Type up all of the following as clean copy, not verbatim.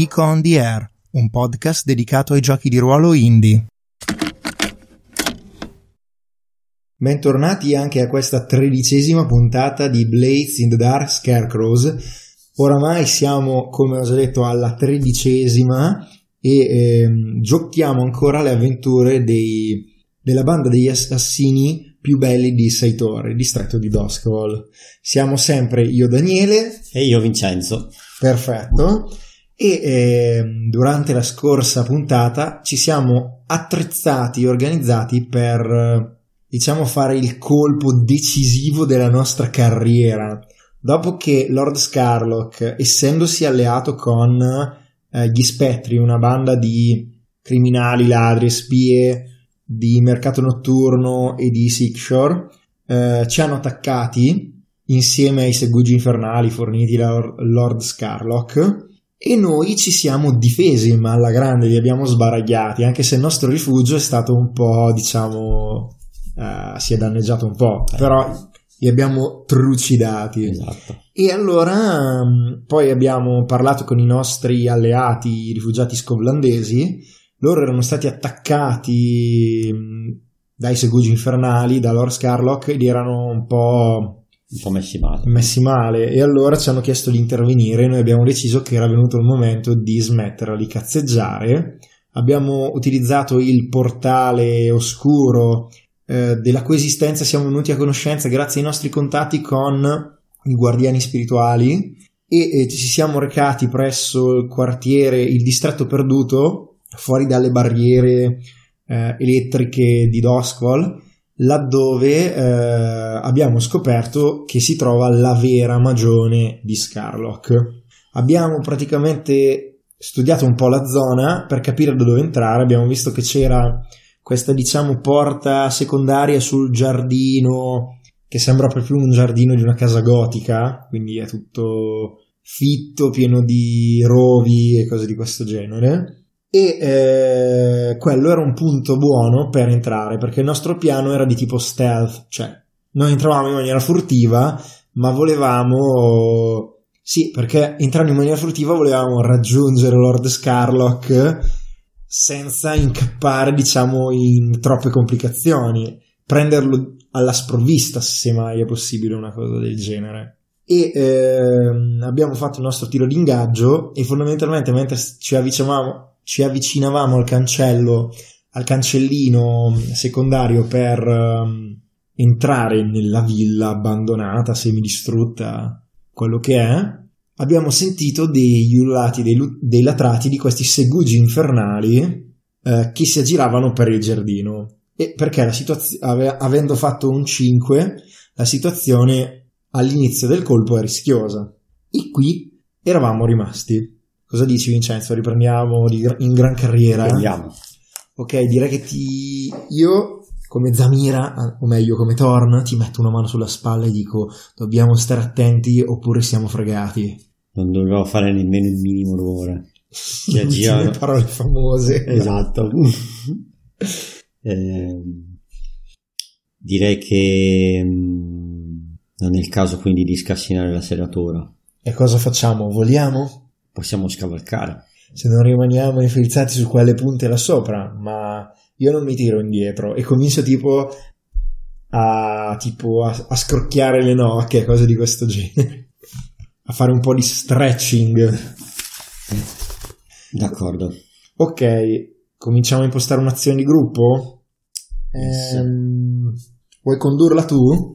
Geek on the Air, un podcast dedicato ai giochi di ruolo indie. Bentornati anche a questa 13ª puntata di Blades in the Dark Scarecrows. Oramai siamo, come ho già detto, alla 13ª e giochiamo ancora le avventure della banda degli assassini più belli di Saitore, distretto di Doscol. Siamo sempre io Daniele e io Vincenzo. Perfetto. E durante la scorsa puntata ci siamo attrezzati e organizzati per, diciamo, fare il colpo decisivo della nostra carriera. Dopo che Lord Scarlock, essendosi alleato con gli Spettri, una banda di criminali, ladri e spie di mercato notturno e di Seashore, ci hanno attaccati insieme ai segugi infernali forniti da Lord Scarlock, e noi ci siamo difesi, ma alla grande li abbiamo sbaragliati, anche se il nostro rifugio è stato un po', diciamo, si è danneggiato un po', però li abbiamo trucidati. Esatto. E allora poi abbiamo parlato con i nostri alleati, i rifugiati scovlandesi. Loro erano stati attaccati dai segugi infernali, da Lord Scarlock, ed erano un po' messi male, e allora ci hanno chiesto di intervenire. Noi abbiamo deciso che era venuto il momento di smetterla di cazzeggiare. Abbiamo utilizzato il portale oscuro della coesistenza, siamo venuti a conoscenza grazie ai nostri contatti con i guardiani spirituali e ci siamo recati presso il quartiere, il distretto perduto, fuori dalle barriere elettriche di Doscol, laddove abbiamo scoperto che si trova la vera magione di Scarlock. Abbiamo praticamente studiato un po' la zona per capire da dove entrare. Abbiamo visto che c'era questa, diciamo, porta secondaria sul giardino, che sembra proprio un giardino di una casa gotica, quindi è tutto fitto, pieno di rovi e cose di questo genere. E quello era un punto buono per entrare, perché il nostro piano era di tipo stealth, cioè noi entravamo in maniera furtiva, ma volevamo, sì, perché entrando in maniera furtiva volevamo raggiungere Lord Scarlock senza incappare, diciamo, in troppe complicazioni, prenderlo alla sprovvista se mai è possibile una cosa del genere. E abbiamo fatto il nostro tiro d'ingaggio e fondamentalmente mentre ci avvicinavamo al cancellino secondario per entrare nella villa abbandonata, semidistrutta, quello che è, abbiamo sentito degli ululati, dei latrati di questi segugi infernali che si aggiravano per il giardino. E perché avendo fatto un 5, la situazione all'inizio del colpo è rischiosa. E qui eravamo rimasti. Cosa dici, Vincenzo? Riprendiamo in gran carriera? Riprendiamo. Ok, direi che io, come Zamira, o meglio come Thorn, ti metto una mano sulla spalla e dico: dobbiamo stare attenti oppure siamo fregati. Non dovevo fare nemmeno il minimo rumore. Le ultime parole famose. Esatto. Direi che non è il caso quindi di scassinare la serratura. E cosa facciamo? Voliamo? Possiamo scavalcare. Se non rimaniamo infilzati su quelle punte là sopra, ma io non mi tiro indietro e comincio tipo a scrocchiare le nocche, cose di questo genere, a fare un po' di stretching. D'accordo. Ok, cominciamo a impostare un'azione di gruppo? Vuoi condurla tu?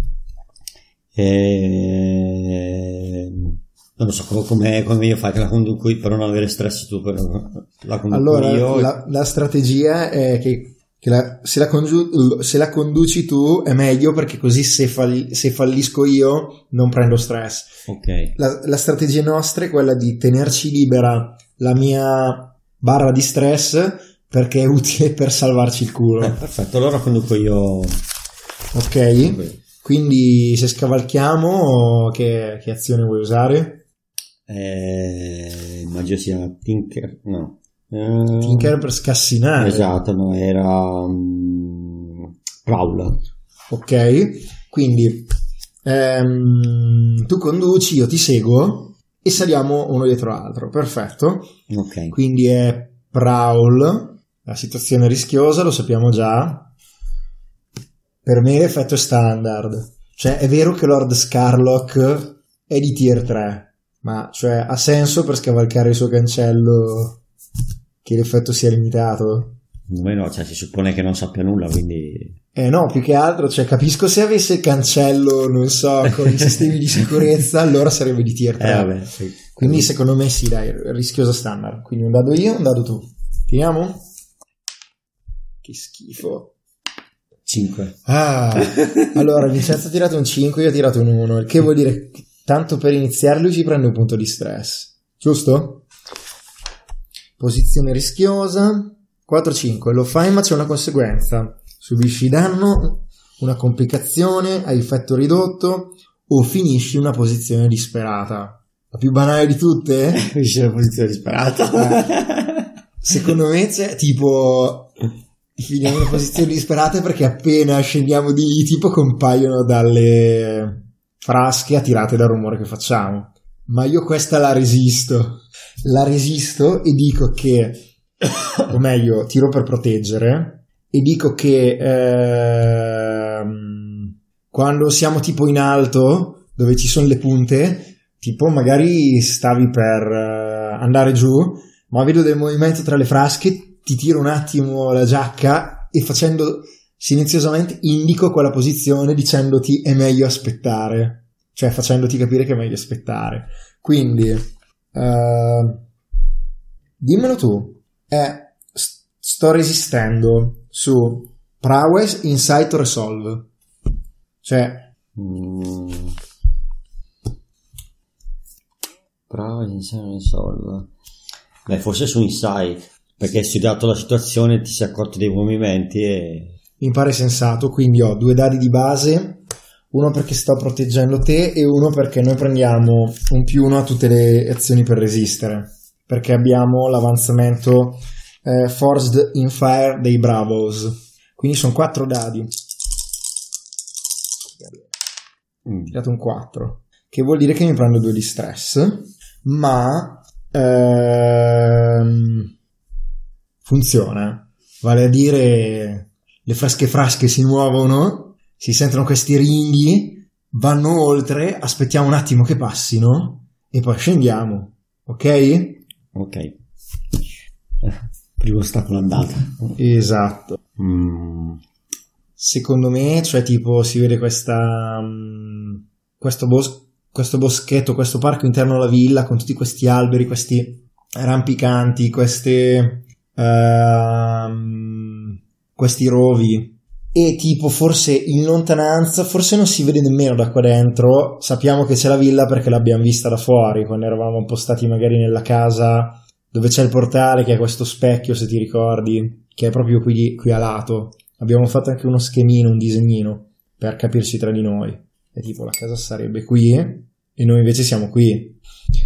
Non lo so come io fai che la conduco per non avere stress tu, però la conduco allora, io. La strategia è che se la conduci tu è meglio, perché così se fallisco io non prendo stress. Ok. La strategia nostra è quella di tenerci libera la mia barra di stress, perché è utile per salvarci il culo. Perfetto, allora conduco io. Ok. Quindi se scavalchiamo, che azione vuoi usare? Immagino sia Tinker. No. Tinker per scassinare. Esatto, no, era Prowl. Ok, quindi tu conduci, io ti seguo e saliamo uno dietro l'altro. Perfetto. Ok. Quindi è Prowl, la situazione è rischiosa, lo sappiamo già. Per me l'effetto è standard, cioè è vero che Lord Scarlock è di tier 3, ma cioè ha senso per scavalcare il suo cancello che l'effetto sia limitato? No, cioè si suppone che non sappia nulla, quindi... No, più che altro, cioè capisco se avesse il cancello, non so, con i sistemi di sicurezza, allora sarebbe di tier 3. Vabbè, sì. Quindi secondo me sì, dai, rischioso standard. Quindi un dado io, un dado tu. Tiriamo? Che schifo. 5. Allora Vincenzo ha tirato un 5, io ho tirato un 1, il che vuol dire che tanto per iniziare lui ci prende un punto di stress, giusto? Posizione rischiosa, 4-5, lo fai ma c'è una conseguenza, subisci danno, una complicazione, hai effetto ridotto o finisci una posizione disperata. La più banale di tutte? Finisci una posizione disperata. Secondo me c'è tipo... finiamo in posizioni disperate perché appena scendiamo di lì tipo compaiono dalle frasche attirate dal rumore che facciamo, ma io questa la resisto e dico che, o meglio tiro per proteggere e dico che quando siamo tipo in alto dove ci sono le punte, tipo magari stavi per andare giù ma vedo del movimento tra le frasche, ti tiro un attimo la giacca e facendo silenziosamente indico quella posizione dicendoti è meglio aspettare, cioè facendoti capire che è meglio aspettare. Quindi dimmelo tu, sto resistendo su prowess, insight o resolve, cioè prowess, insight o resolve. Beh, forse su insight, perché hai studiato la situazione, ti sei accorto dei movimenti e... Mi pare sensato, quindi ho 2 dadi di base, uno perché sto proteggendo te e uno perché noi prendiamo un +1 a tutte le azioni per resistere, perché abbiamo l'avanzamento Forced in Fire dei Bravos, quindi sono 4 dadi. Ho tirato un 4, che vuol dire che mi prendo 2 di stress, ma... funziona, vale a dire le frasche si muovono, si sentono questi ringhi, vanno oltre, aspettiamo un attimo che passino e poi scendiamo, ok? Primo ostacolo andato. Esatto. Secondo me, cioè tipo si vede questo boschetto, questo parco interno alla villa con tutti questi alberi, questi rampicanti, questi rovi, e tipo forse in lontananza, forse non si vede nemmeno da qua dentro, sappiamo che c'è la villa perché l'abbiamo vista da fuori quando eravamo postati magari nella casa dove c'è il portale, che è questo specchio, se ti ricordi, che è proprio qui a lato. Abbiamo fatto anche uno schemino, un disegnino per capirci tra di noi, e tipo la casa sarebbe qui e noi invece siamo qui.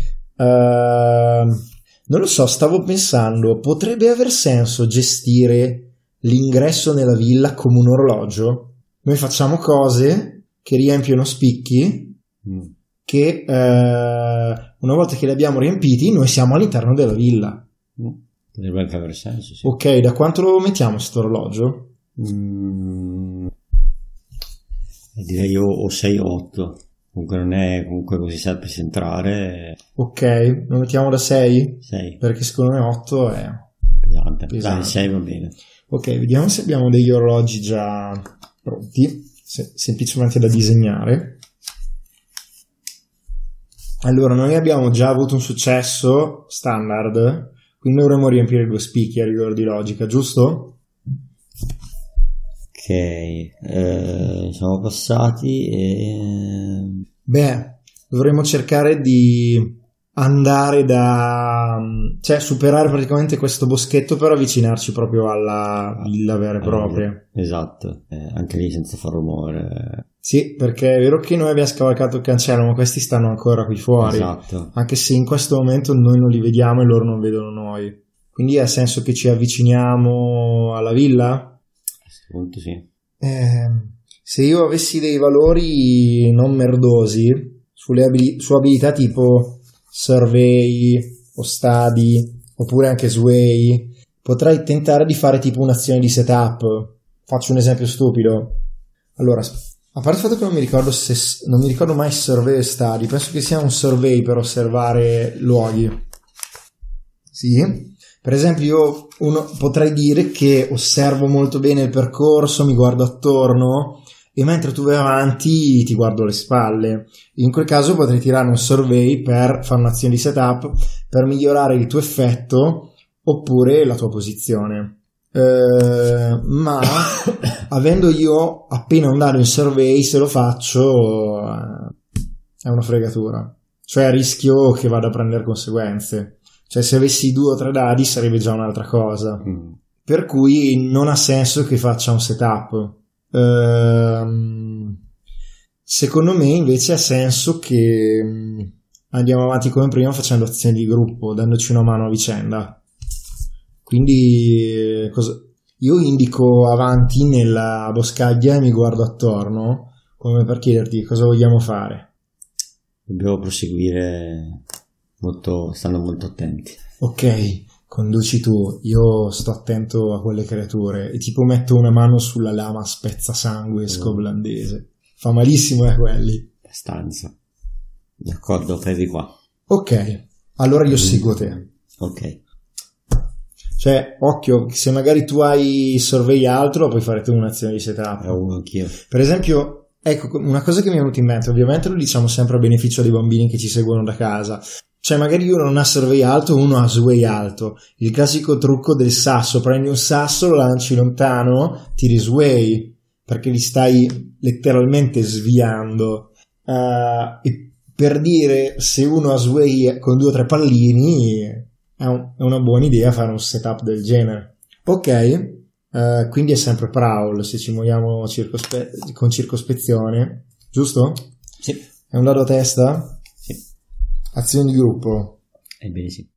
Non lo so, stavo pensando, potrebbe aver senso gestire l'ingresso nella villa come un orologio? Noi facciamo cose che riempiono spicchi che una volta che li abbiamo riempiti noi siamo all'interno della villa. Potrebbe anche aver senso, sì. Ok, da quanto lo mettiamo questo orologio? Direi o 6 o 8. Comunque non è comunque così semplice entrare. Ok, lo mettiamo da 6? 6. Perché secondo me 8 è pesante. pesante. Dai, 6 va bene. Ok, vediamo se abbiamo degli orologi già pronti, semplicemente da disegnare. Allora, noi abbiamo già avuto un successo standard, quindi dovremmo riempire 2 spicchi a rigore di logica, giusto? Ok, siamo passati e... Beh, dovremmo cercare di andare cioè superare praticamente questo boschetto per avvicinarci proprio alla villa vera e propria. Esatto, anche lì senza far rumore. Sì, perché è vero che noi abbiamo scavalcato il cancello, ma questi stanno ancora qui fuori. Esatto. Anche se in questo momento noi non li vediamo e loro non vedono noi. Quindi ha senso che ci avviciniamo alla villa? A questo punto sì. Se io avessi dei valori non merdosi su abilità tipo survey o study, oppure anche sway, potrai tentare di fare tipo un'azione di setup. Faccio un esempio stupido. Allora, a parte il fatto che non mi ricordo mai survey e study, penso che sia un survey per osservare luoghi. Sì. Per esempio, potrei dire che osservo molto bene il percorso, mi guardo attorno e mentre tu vai avanti ti guardo le spalle. In quel caso potrei tirare un survey per fare un'azione di setup per migliorare il tuo effetto oppure la tua posizione. Ma avendo io appena un dado in survey, se lo faccio è una fregatura, cioè a rischio che vada a prendere conseguenze. Cioè se avessi 2 o 3 dadi sarebbe già un'altra cosa. Per cui non ha senso che faccia un setup. Secondo me invece ha senso che andiamo avanti come prima facendo azioni di gruppo, dandoci una mano a vicenda. Quindi io indico avanti nella boscaglia e mi guardo attorno come per chiederti cosa vogliamo fare. Dobbiamo proseguire stando molto attenti. Ok, conduci tu, io sto attento a quelle creature e tipo metto una mano sulla lama spezzasangue scoblandese. Fa malissimo a quelli. Stanza. D'accordo, fai di qua. Ok, allora io seguo te. Ok. Cioè, occhio, se magari tu hai survey altro, puoi fare tu un'azione di setup. Anch'io. Per esempio, ecco, una cosa che mi è venuta in mente, ovviamente lo diciamo sempre a beneficio dei bambini che ci seguono da casa. Cioè, magari uno non ha survey alto, uno ha sway alto. Il classico trucco del sasso, prendi un sasso, lo lanci lontano, tiri sway, perché li stai letteralmente sviando. E per dire, se uno ha sway con 2 o 3 pallini, è una buona idea fare un setup del genere. Ok, quindi è sempre Prowl, se ci muoviamo con circospezione, giusto? Sì. È un dado a testa? Sì. Azione di gruppo? Ebbene sì.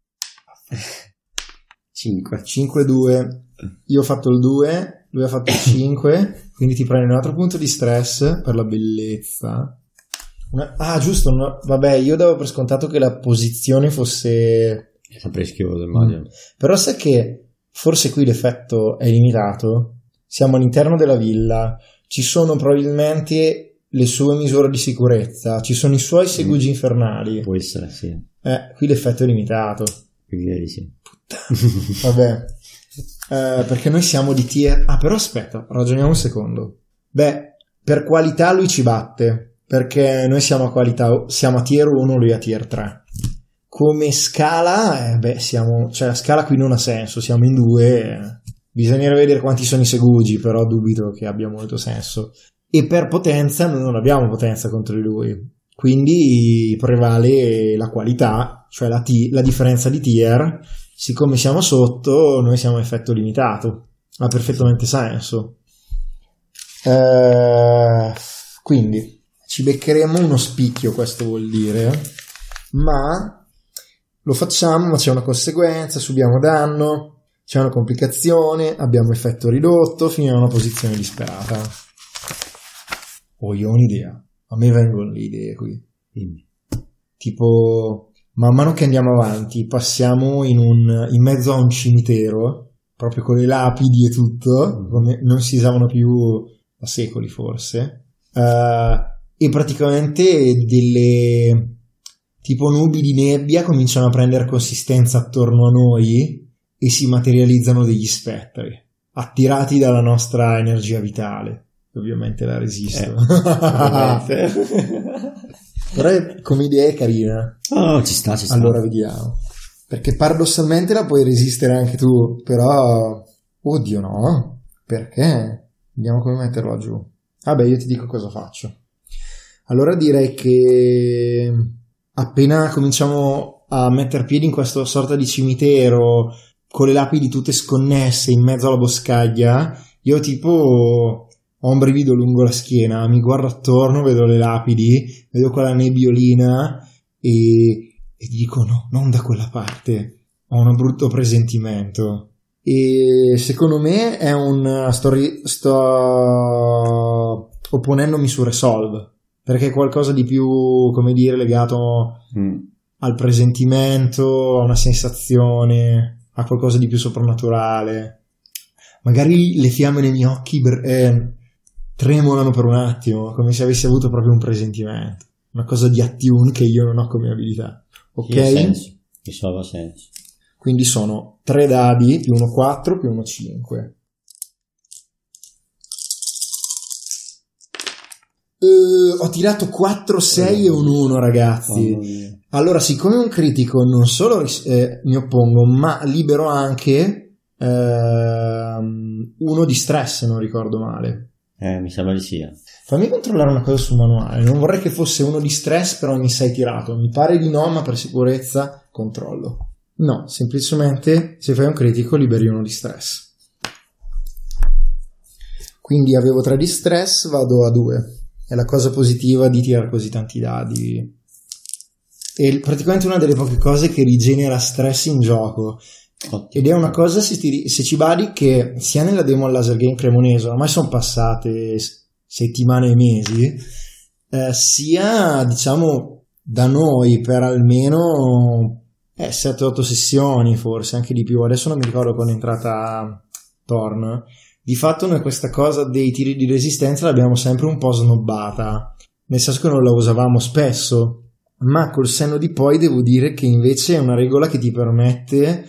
5. 5-2. Io ho fatto il 2, lui ha fatto il 5, quindi ti prendi un altro punto di stress per la bellezza. Giusto, vabbè, io davo per scontato che la posizione fosse... È sempre schioso, immagino. Però sai che forse qui l'effetto è limitato? Siamo all'interno della villa, ci sono probabilmente le sue misure di sicurezza, ci sono i suoi segugi infernali. Può essere, sì. Qui l'effetto è limitato. Direi di sì. Vabbè, perché noi siamo di tier... però aspetta, ragioniamo un secondo. Beh, per qualità lui ci batte, perché noi siamo a qualità, siamo a tier 1, lui a tier 3. Come scala, cioè la scala qui non ha senso, siamo in 2, bisognerebbe vedere quanti sono i segugi, però dubito che abbia molto senso. E per potenza noi non abbiamo potenza contro di lui, quindi prevale la qualità, cioè la differenza di tier. Siccome siamo sotto, noi siamo a effetto limitato, ha perfettamente senso. Quindi ci beccheremo uno spicchio, questo vuol dire, ma lo facciamo, ma c'è una conseguenza, subiamo danno, c'è una complicazione, abbiamo effetto ridotto, finiamo in una posizione disperata. Io ho un'idea, a me vengono le idee qui. Tipo, man mano che andiamo avanti, passiamo in mezzo a un cimitero, proprio con le lapidi e tutto, non si usavano più da secoli forse, e praticamente delle... tipo nubi di nebbia cominciano a prendere consistenza attorno a noi e si materializzano degli spettri attirati dalla nostra energia vitale. Ovviamente la resisto. Però come idea è carina. Ci sta. Allora vediamo, perché paradossalmente la puoi resistere anche tu, però oddio no, perché? Vediamo come metterla giù. Vabbè, io ti dico cosa faccio. Allora direi che appena cominciamo a mettere piedi in questa sorta di cimitero con le lapidi tutte sconnesse in mezzo alla boscaglia, io tipo ho un brivido lungo la schiena, mi guardo attorno, vedo le lapidi, vedo quella nebbiolina e dico no, non da quella parte, ho un brutto presentimento. E secondo me è sto opponendomi su Resolve, perché è qualcosa di più, come dire, legato al presentimento, a una sensazione, a qualcosa di più soprannaturale. Magari le fiamme nei miei occhi tremolano per un attimo, come se avessi avuto proprio un presentimento, una cosa di attune che io non ho come abilità. Ok? Mi ha senso. Quindi sono 3 dadi più 1 4 più 1 5. Ho tirato 4 6 e un 1, ragazzi. Allora, siccome è un critico, non solo mi oppongo, ma libero anche 1 di stress, se non ricordo male. Mi sembra di sì. Fammi controllare una cosa sul manuale. Non vorrei che fosse 1 di stress per ogni 6 tirato. Mi pare di no, ma per sicurezza controllo. No, semplicemente se fai un critico liberi 1 di stress. Quindi avevo 3 di stress, vado a 2. È la cosa positiva di tirare così tanti dadi. È praticamente una delle poche cose che rigenera stress in gioco. Ed è una cosa, se ci badi, che sia nella demo al Laser Game Cremonese, ormai sono passate settimane e mesi, sia diciamo da noi per almeno 7-8 sessioni, forse anche di più. Adesso non mi ricordo quando è entrata Thorn. Di fatto noi questa cosa dei tiri di resistenza l'abbiamo sempre un po' snobbata, nel senso che non la usavamo spesso, ma col senno di poi devo dire che invece è una regola che ti permette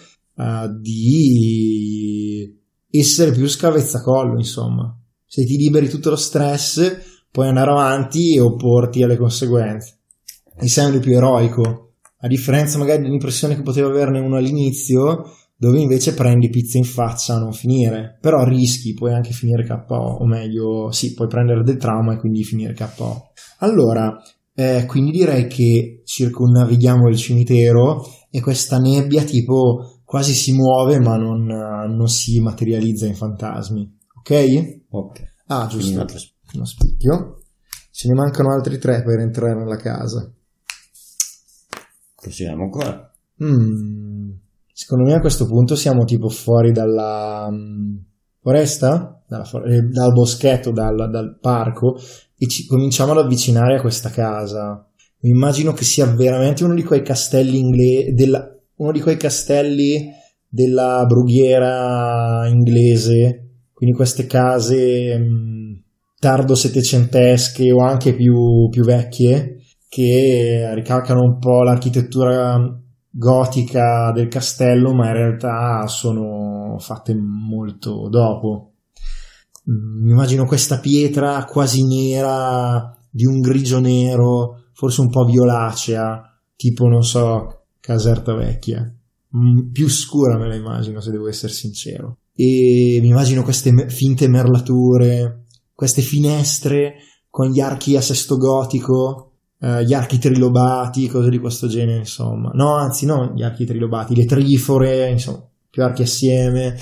di essere più scavezzacollo, insomma. Se ti liberi tutto lo stress puoi andare avanti e opporti alle conseguenze e sembri più eroico, a differenza magari dell'impressione che poteva averne uno all'inizio, dove invece prendi pizza in faccia a non finire, però rischi, puoi anche finire KO, o meglio, sì, puoi prendere del trauma e quindi finire KO. Allora, quindi direi che circumnavighiamo il cimitero e questa nebbia tipo quasi si muove ma non si materializza in fantasmi, ok? Ok. Ah, giusto, uno spicchio. Ce ne mancano altri 3 per entrare nella casa. Proseguiamo ancora. Secondo me a questo punto siamo tipo fuori dalla foresta, dal boschetto, dal parco, e ci cominciamo ad avvicinare a questa casa. Mi immagino che sia veramente uno di quei castelli uno di quei castelli della brughiera inglese, quindi queste case tardo settecentesche o anche più vecchie, che ricalcano un po' l'architettura gotica del castello, ma in realtà sono fatte molto dopo. Mi immagino questa pietra quasi nera, di un grigio nero, forse un po' violacea, tipo, non so, Caserta Vecchia. Più scura me la immagino, se devo essere sincero. E mi immagino queste finte merlature, queste finestre con gli archi a sesto gotico, gli archi trilobati, cose di questo genere, insomma. No, anzi, no, gli archi trilobati, le trifore, insomma, più archi assieme,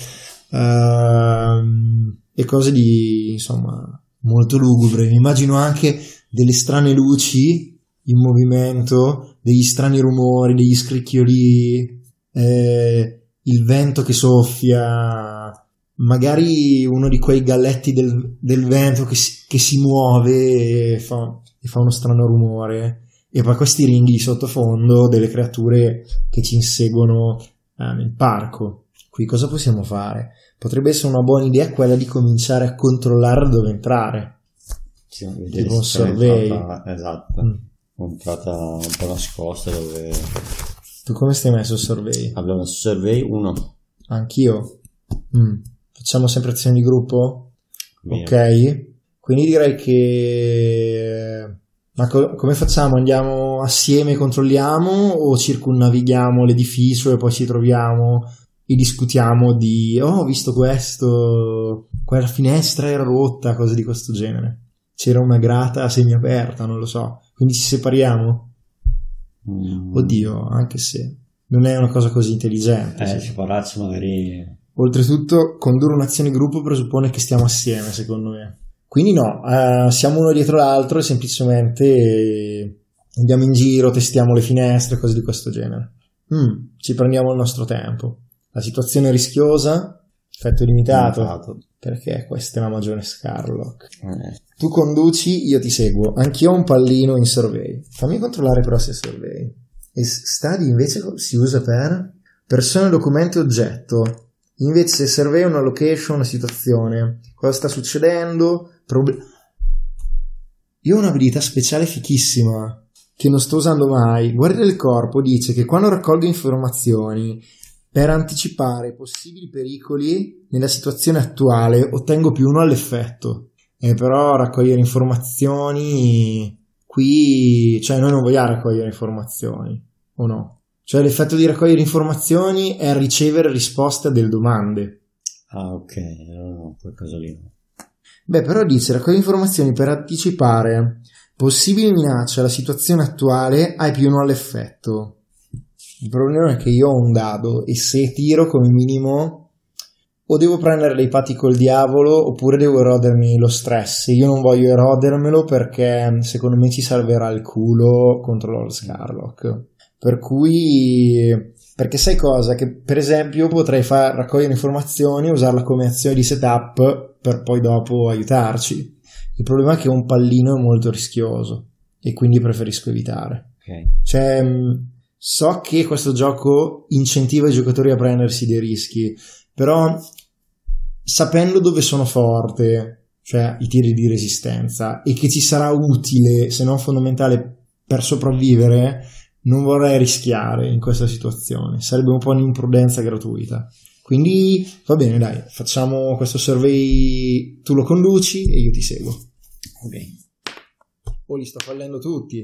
e cose di, insomma, molto lugubre. Mi immagino anche delle strane luci in movimento, degli strani rumori, degli scricchioli, il vento che soffia, magari uno di quei galletti del vento che si muove e fa uno strano rumore, e poi questi ringhi di sottofondo delle creature che ci inseguono nel parco. Qui cosa possiamo fare? Potrebbe essere una buona idea quella di cominciare a controllare dove entrare, tipo un survey. Esatto, un'entrata un po' nascosta. Dove tu come stai messo il survey? Abbiamo messo survey 1. Anch'io. Facciamo sempre azioni di gruppo? Bene. Ok, quindi direi che ma come facciamo? Andiamo assieme e controlliamo, o circumnavighiamo l'edificio e poi ci troviamo e discutiamo di ho visto questo, quella finestra era rotta, cose di questo genere, c'era una grata semiaperta, non lo so, quindi ci separiamo? Oddio, anche se non è una cosa così intelligente. Separarci magari. Oltretutto condurre un'azione di gruppo presuppone che stiamo assieme, secondo me. Quindi no, siamo uno dietro l'altro e semplicemente andiamo in giro, testiamo le finestre, cose di questo genere. Ci prendiamo il nostro tempo. La situazione è rischiosa, effetto limitato, perché questa è la magione Scarlock. Tu conduci, io ti seguo. Anch'io ho un pallino in survey. Fammi controllare però se è survey. E study invece si usa per persone, documenti, oggetto. Invece survey una location, una situazione. Cosa sta succedendo? Io ho un'abilità speciale fichissima che non sto usando mai. Guardia del corpo dice che quando raccolgo informazioni per anticipare possibili pericoli nella situazione attuale ottengo +1 all'effetto. Però raccogliere informazioni qui, cioè noi non vogliamo raccogliere informazioni, o no? Cioè l'effetto di raccogliere informazioni è ricevere risposte a delle domande. Ah, ok, no, qualcosa lì no. Beh, però dice raccoglie informazioni per anticipare possibili minacce alla situazione attuale, hai +1 all'effetto. Il problema è che io ho un dado e se tiro come minimo o devo prendere dei patti col diavolo oppure devo erodermi lo stress. Io non voglio erodermelo perché secondo me ci salverà il culo contro Lord Scarlock. Per cui, perché sai cosa? Che per esempio potrei raccogliere informazioni e usarla come azione di setup per poi dopo aiutarci. Il problema è che un pallino è molto rischioso e quindi preferisco evitare. Okay. Cioè, so che questo gioco incentiva i giocatori a prendersi dei rischi, però sapendo dove sono forte, cioè i tiri di resistenza, e che ci sarà utile, se non fondamentale, per sopravvivere, non vorrei rischiare in questa situazione. Sarebbe un po' un'imprudenza gratuita. Quindi va bene, dai, facciamo questo survey, tu lo conduci e io ti seguo. Ok. Oh, li sto fallendo tutti.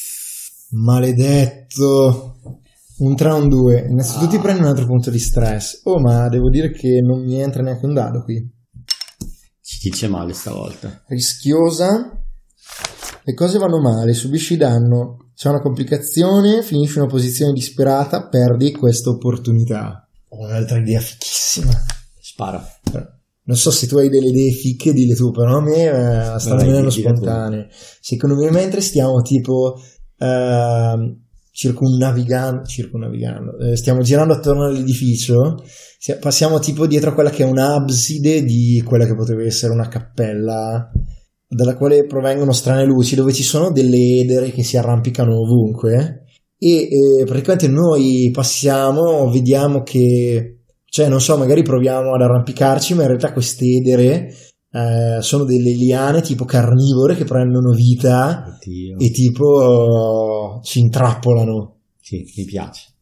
Maledetto. Un 3 un 2. Innanzitutto ti prendi un altro punto di stress. Oh, ma devo dire che non mi entra neanche un dado qui. Ci dice male stavolta. Rischiosa. Le cose vanno male, subisci danno. C'è una complicazione, finisci in una posizione disperata, perdi questa opportunità. Ho un'altra idea fichissima. Spara. Non so se tu hai delle idee ficche, dille tu, però a me stanno venendo spontanee. Secondo me mentre stiamo tipo circumnavigando, stiamo girando attorno all'edificio, passiamo tipo dietro a quella che è un'abside di quella che potrebbe essere una cappella, dalla quale provengono strane luci, dove ci sono delle edere che si arrampicano ovunque, e praticamente noi passiamo, vediamo che, cioè non so, magari proviamo ad arrampicarci, ma in realtà queste edere sono delle liane tipo carnivore che prendono vita. Oddio. E tipo ci intrappolano. Sì, mi piace.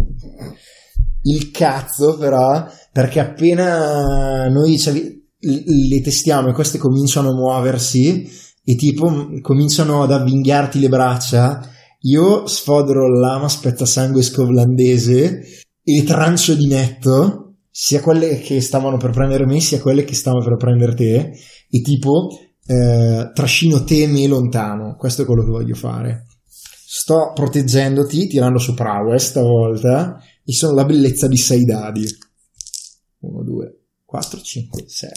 Il cazzo però, perché appena noi le testiamo e queste cominciano a muoversi e tipo cominciano ad avvinghiarti le braccia, io sfodero il lama spezzasangue scovlandese e trancio di netto sia quelle che stavano per prendere me sia quelle che stavano per prendere te, e tipo trascino te e me lontano. Questo è quello che voglio fare. Sto proteggendoti tirando su prowess stavolta e sono la bellezza di 6 dadi. 1, 2, 4, 5, 6.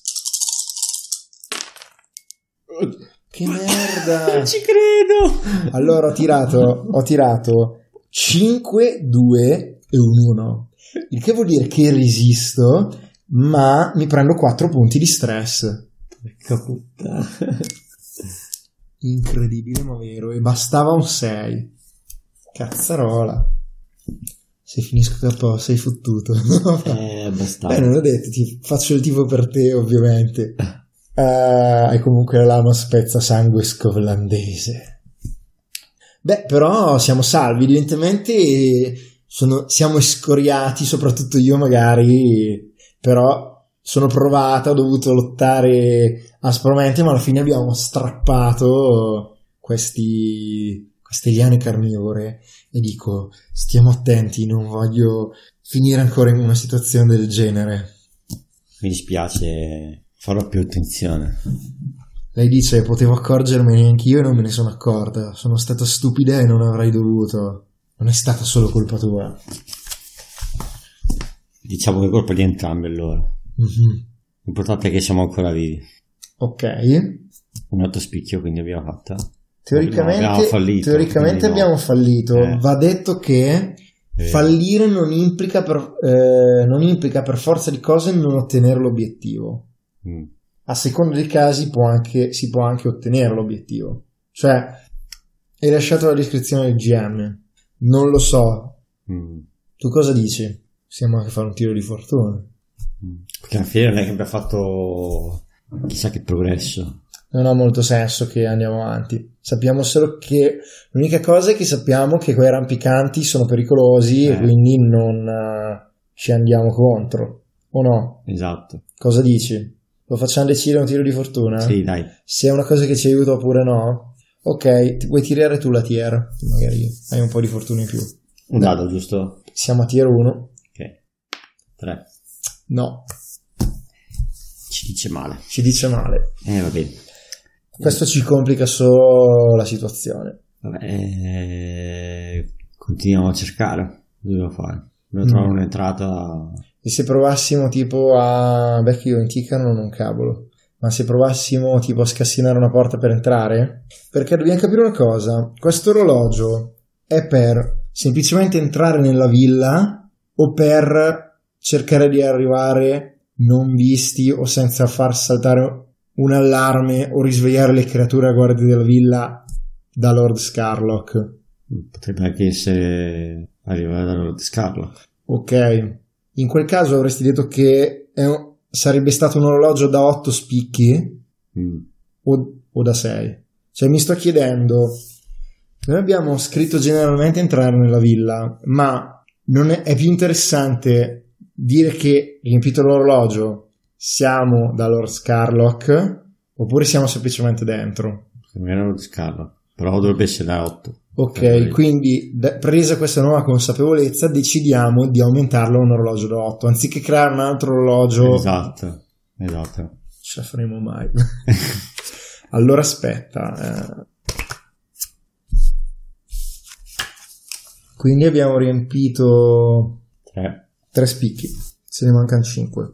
Che merda! Non ci credo! Allora ho tirato 5, 2 e un 1. Il che vuol dire che resisto, ma mi prendo 4 punti di stress. Porca puttana. Incredibile ma vero. E bastava un 6. Cazzarola. Se finisco KO sei fottuto. Abbastanza. Non ho detto, ti faccio il tifo per te ovviamente. E comunque la lama spezza sangue scovlandese. Beh, però siamo salvi, evidentemente siamo escoriati, soprattutto io magari, però sono provata, ho dovuto lottare aspramente, ma alla fine abbiamo strappato queste liane carnivore e dico, stiamo attenti, non voglio finire ancora in una situazione del genere. Mi dispiace, farò più attenzione. Lei dice, potevo accorgermene anch'io e non me ne sono accorta, sono stata stupida e non avrei dovuto. Non è stata solo colpa tua. Diciamo che è colpa di entrambi allora. Mm-hmm. L'importante è che siamo ancora vivi. Ok. Un altro spicchio, quindi abbiamo fatto. Teoricamente abbiamo fallito. Va detto che fallire non implica per forza di cose non ottenere l'obiettivo. A seconda dei casi si può anche ottenere l'obiettivo. Cioè, hai lasciato la descrizione del GM. Non lo so. Tu cosa dici? Possiamo anche fare un tiro di fortuna. Perché alla fine non è che abbia fatto chissà che progresso. Non ha molto senso che andiamo avanti. Sappiamo solo che l'unica cosa è che sappiamo che quei rampicanti sono pericolosi e quindi non ci andiamo contro. O no? Esatto. Cosa dici? Lo facciamo decidere un tiro di fortuna? Sì, dai. Se è una cosa che ci aiuta oppure no? Ok, vuoi tirare tu la tier? Magari hai un po' di fortuna in più. Un dado, giusto? Siamo a tier 1. Ok. 3. No. Ci dice male. Ci dice male. Va bene. Questo ci complica solo la situazione. Vabbè, continuiamo a cercare. Cosa devo fare? Devo trovare un'entrata. E se provassimo tipo a... Beh, che io in Ticano non ho un cavolo. Ma se provassimo tipo a scassinare una porta per entrare? Perché dobbiamo capire una cosa. Questo orologio è per semplicemente entrare nella villa o per cercare di arrivare non visti o senza far saltare un allarme o risvegliare le creature a guardia della villa da Lord Scarlock? Potrebbe anche essere arrivare da Lord Scarlock. Ok. In quel caso avresti detto che sarebbe stato un orologio da 8 spicchi o da 6. Cioè mi sto chiedendo, noi abbiamo scritto generalmente entrare nella villa, ma non è più interessante dire che riempito l'orologio siamo da Lord Scarlock oppure siamo semplicemente dentro? Non era Lord Scarlock, però dovrebbe essere da 8. Ok, quindi presa questa nuova consapevolezza decidiamo di aumentarlo a un orologio da 8 anziché creare un altro orologio. Esatto. Ce la faremo mai. Allora aspetta, quindi abbiamo riempito 3 spicchi, se ne mancano 5.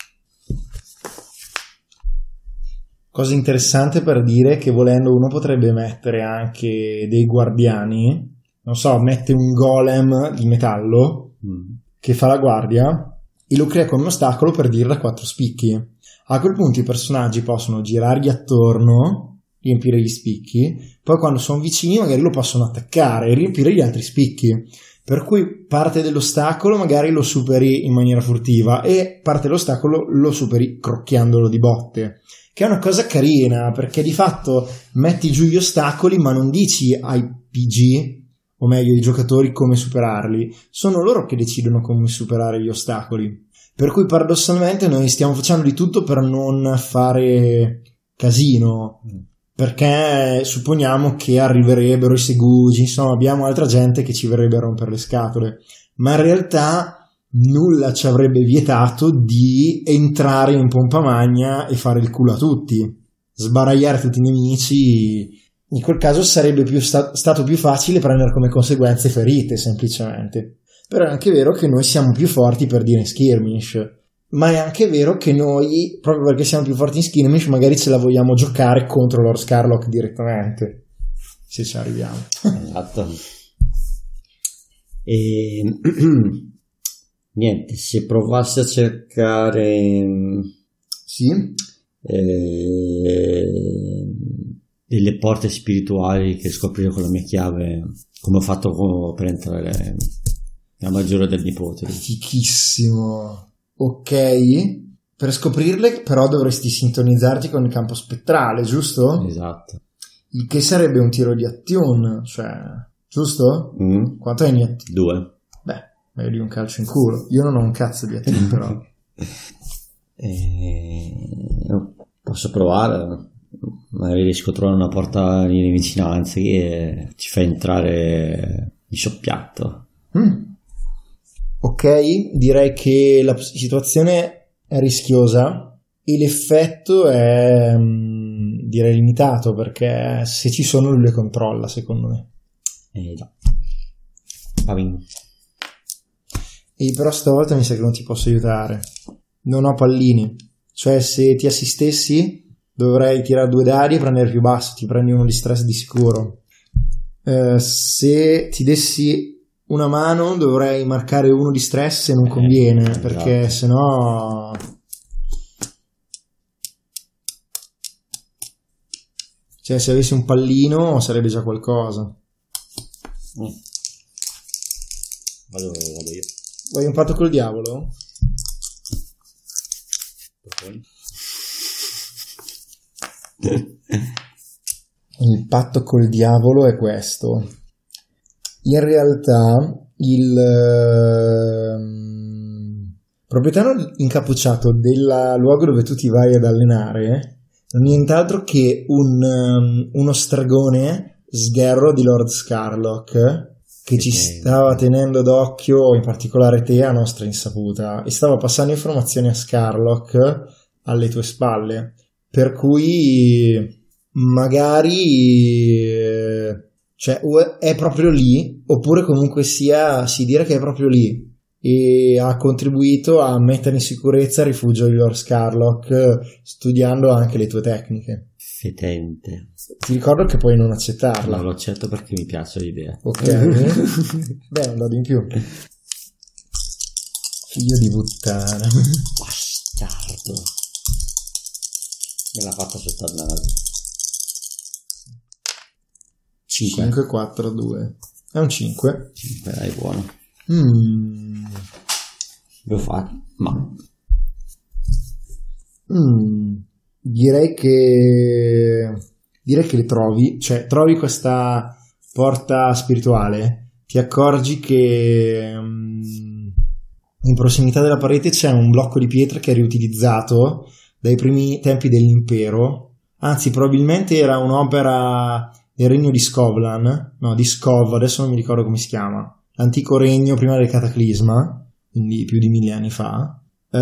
Cosa interessante per dire che volendo uno potrebbe mettere anche dei guardiani, non so, mette un golem di metallo che fa la guardia e lo crea con un ostacolo per dire da 4 spicchi. A quel punto i personaggi possono girargli attorno, riempire gli spicchi, poi quando sono vicini magari lo possono attaccare e riempire gli altri spicchi. Per cui parte dell'ostacolo magari lo superi in maniera furtiva e parte dell'ostacolo lo superi crocchiandolo di botte. Che è una cosa carina, perché di fatto metti giù gli ostacoli ma non dici ai PG, o meglio ai giocatori, come superarli. Sono loro che decidono come superare gli ostacoli. Per cui paradossalmente noi stiamo facendo di tutto per non fare casino, perché supponiamo che arriverebbero i segugi, insomma abbiamo altra gente che ci verrebbe a rompere le scatole, ma in realtà nulla ci avrebbe vietato di entrare in pompa magna e fare il culo a tutti, sbaragliare tutti i nemici. In quel caso sarebbe stato più facile prendere come conseguenze ferite semplicemente. Però è anche vero che noi siamo più forti per dire in skirmish, ma è anche vero che noi, proprio perché siamo più forti in skirmish, magari ce la vogliamo giocare contro Lord Scarlock direttamente, se ci arriviamo. Esatto. E niente, se provassi a cercare delle porte spirituali che scoprire con la mia chiave, come ho fatto per entrare nella maggiore del nipote. Fichissimo. Ok, per scoprirle però dovresti sintonizzarti con il campo spettrale, giusto? Esatto. Il che sarebbe un tiro di attune, cioè, giusto? Quanto hai in attune? 2. Beh, meglio di un calcio in culo. Io non ho un cazzo di attune però. Posso provare, magari riesco a trovare una porta in vicinanza che ci fa entrare di soppiatto. Ok, direi che la situazione è rischiosa e l'effetto è direi limitato, perché se ci sono lui le controlla, secondo me. Già. Va bene. E però stavolta mi sa che non ti posso aiutare, non ho pallini, cioè se ti assistessi dovrei tirare 2 dadi e prendere più basso, ti prendi uno di stress di sicuro. Se ti dessi una mano dovrei marcare 1 di stress e non conviene, perché sennò cioè se avessi un pallino sarebbe già qualcosa. Vado io. Vuoi un patto col diavolo? Il patto col diavolo è questo. In realtà il proprietario incappucciato del luogo dove tu ti vai ad allenare non è nient'altro che uno stregone sgherro di Lord Scarlock che ci stava tenendo d'occhio, in particolare te, a nostra insaputa, e stava passando informazioni a Scarlock alle tue spalle, per cui magari cioè è proprio lì, oppure comunque sia si dire che è proprio lì e ha contribuito a mettere in sicurezza il rifugio di Lord Scarlock, studiando anche le tue tecniche. Fetente. Ti ricordo che puoi non accettarla. No, lo accetto perché mi piace l'idea. Ok. Beh, un dado in più. Figlio di puttana. Bastardo. Me l'ha fatta sotto al naso. 5, 4, 2. È un 5. 5, dai, buono. Lo fa, ma... Direi che le trovi, cioè trovi questa porta spirituale, ti accorgi che in prossimità della parete c'è un blocco di pietra che è riutilizzato dai primi tempi dell'impero, anzi probabilmente era un'opera del regno di Scovlan, no, di Scov, adesso non mi ricordo come si chiama, l'antico regno prima del cataclisma, quindi più di 1000 anni fa,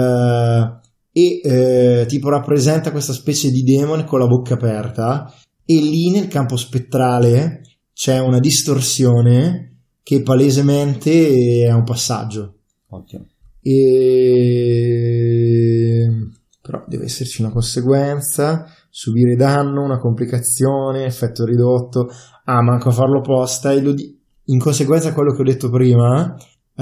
tipo rappresenta questa specie di demone con la bocca aperta, e lì nel campo spettrale c'è una distorsione che palesemente è un passaggio. Ottimo. Però deve esserci una conseguenza, subire danno, una complicazione, effetto ridotto, manco a farlo apposta, e in conseguenza quello che ho detto prima,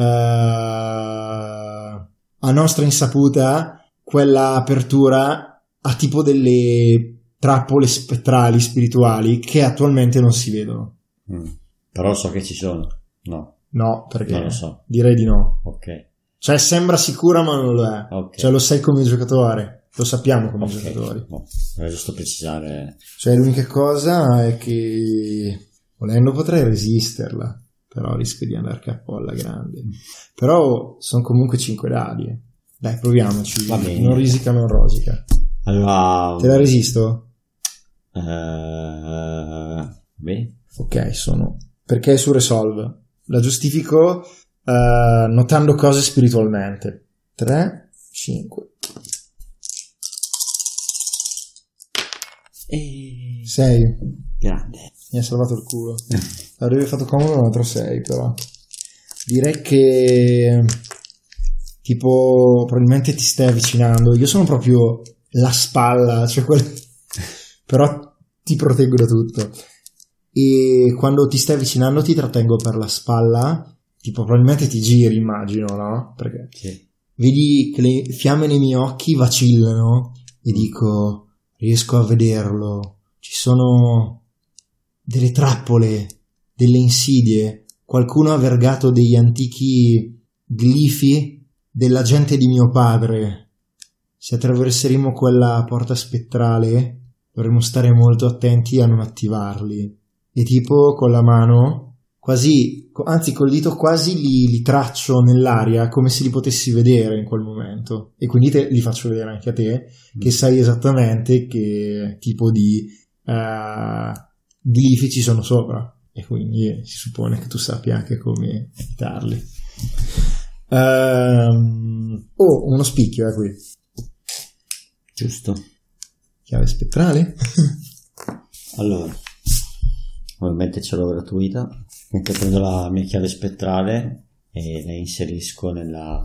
a nostra insaputa quella apertura ha tipo delle trappole spettrali spirituali che attualmente non si vedono. Però so che ci sono. No, perché non lo so. Direi di no. Ok. Cioè sembra sicura ma non lo è. Okay. Cioè lo sai come giocatore, lo sappiamo come giocatori. No, era giusto precisare. Cioè l'unica cosa è che volendo potrei resisterla, però rischio di andare capo alla grande. Però sono comunque 5 dadi. Dai, proviamoci. Va bene. Non risica, non rosica. Allora... Te la resisto? Beh. Ok, sono... Perché è su Resolve. La giustifico notando cose spiritualmente. 3, 5. 6. Grande. Mi ha salvato il culo. Avrebbe fatto comodo un altro 6, però. Direi che... tipo probabilmente ti stai avvicinando, io sono proprio la spalla, cioè però ti proteggo da tutto, e quando ti stai avvicinando ti trattengo per la spalla, tipo probabilmente ti giri, immagino, no? Perché sì. Vedi che le fiamme nei miei occhi vacillano e dico, riesco a vederlo, ci sono delle trappole, delle insidie, qualcuno ha vergato degli antichi glifi della gente di mio padre. Se attraverseremo quella porta spettrale dovremo stare molto attenti a non attivarli, e tipo con la mano quasi, anzi col dito quasi li traccio nell'aria come se li potessi vedere in quel momento, e quindi li faccio vedere anche a te che sai esattamente che tipo di glifi ci sono sopra, e quindi si suppone che tu sappia anche come evitarli. Uno spicchio è qui, giusto. Chiave spettrale. Allora, ovviamente ce l'ho gratuita, mentre prendo la mia chiave spettrale e la inserisco nella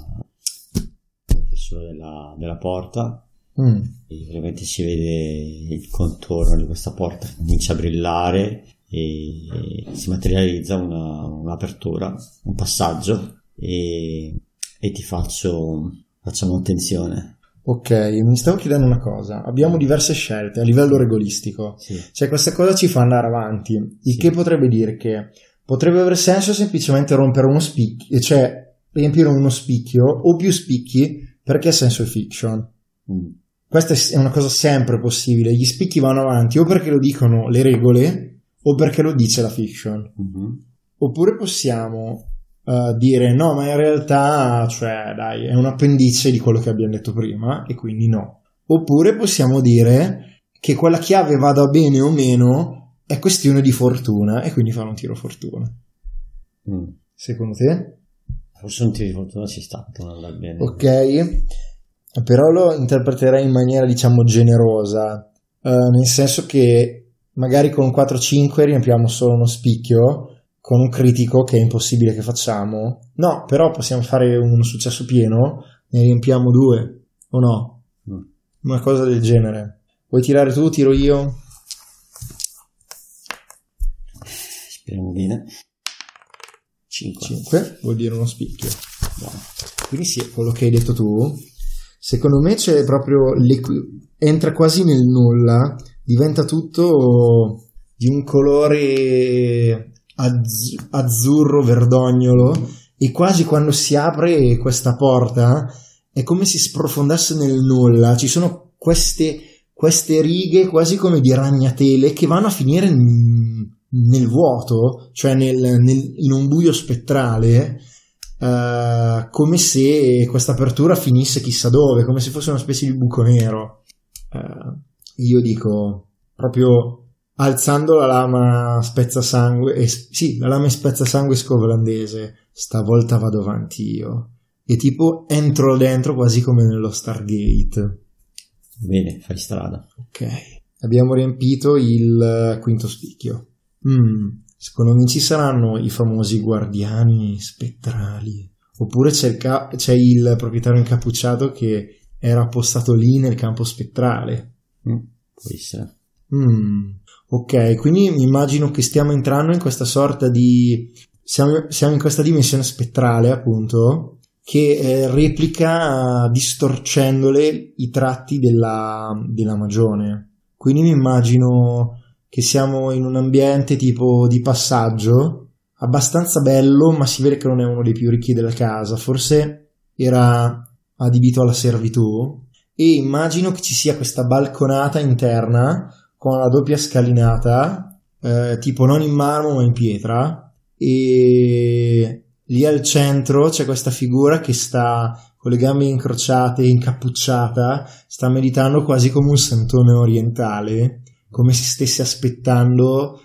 della porta, e ovviamente si vede il contorno di questa porta che comincia a brillare e si materializza un'apertura, un passaggio, e facciamo attenzione. Ok, mi stavo chiedendo una cosa. Abbiamo diverse scelte a livello regolistico. Sì. Cioè questa cosa ci fa andare avanti, il che potrebbe dire che potrebbe avere senso semplicemente rompere uno spicchio, cioè riempire uno spicchio o più spicchi perché è science fiction. Questa è una cosa sempre possibile. Gli spicchi vanno avanti o perché lo dicono le regole o perché lo dice la fiction. Oppure possiamo dire no, ma in realtà, cioè, dai, è un appendice di quello che abbiamo detto prima e quindi no. Oppure possiamo dire che quella chiave vada bene o meno è questione di fortuna e quindi fare un tiro fortuna. Secondo te? Forse un tiro di fortuna ci sta, non andrà bene. Ok, però lo interpreterei in maniera, diciamo, generosa, nel senso che magari con un 4-5 riempiamo solo uno spicchio, con un critico che è impossibile che facciamo. No, però possiamo fare un successo pieno, ne riempiamo 2, o no? Una cosa del genere. Vuoi tirare tu? Tiro io? Speriamo bene. 5 vuol dire uno spicchio. Quindi sì, è quello che hai detto tu. Secondo me c'è proprio entra quasi nel nulla, diventa tutto di un colore azzurro verdognolo e quasi quando si apre questa porta è come se sprofondasse nel nulla. Ci sono queste righe quasi come di ragnatele che vanno a finire nel vuoto, cioè in un buio spettrale, come se questa apertura finisse chissà dove, come se fosse una specie di buco nero. Io dico, proprio alzando la lama spezzasangue, la lama spezzasangue scovlandese, stavolta vado avanti io, e tipo entro dentro quasi come nello Stargate. Bene, fai strada. Ok, abbiamo riempito il quinto spicchio. Secondo me ci saranno i famosi guardiani spettrali, oppure c'è il proprietario incappucciato che era appostato lì nel campo spettrale. Può essere. Ok, quindi mi immagino che stiamo entrando in questa sorta di siamo in questa dimensione spettrale, appunto, che replica distorcendole i tratti della magione. Quindi mi immagino che siamo in un ambiente tipo di passaggio abbastanza bello, ma si vede che non è uno dei più ricchi della casa, forse era adibito alla servitù, e immagino che ci sia questa balconata interna con la doppia scalinata, tipo non in marmo ma in pietra, e lì al centro c'è questa figura che sta con le gambe incrociate, incappucciata, sta meditando quasi come un santone orientale, come se stesse aspettando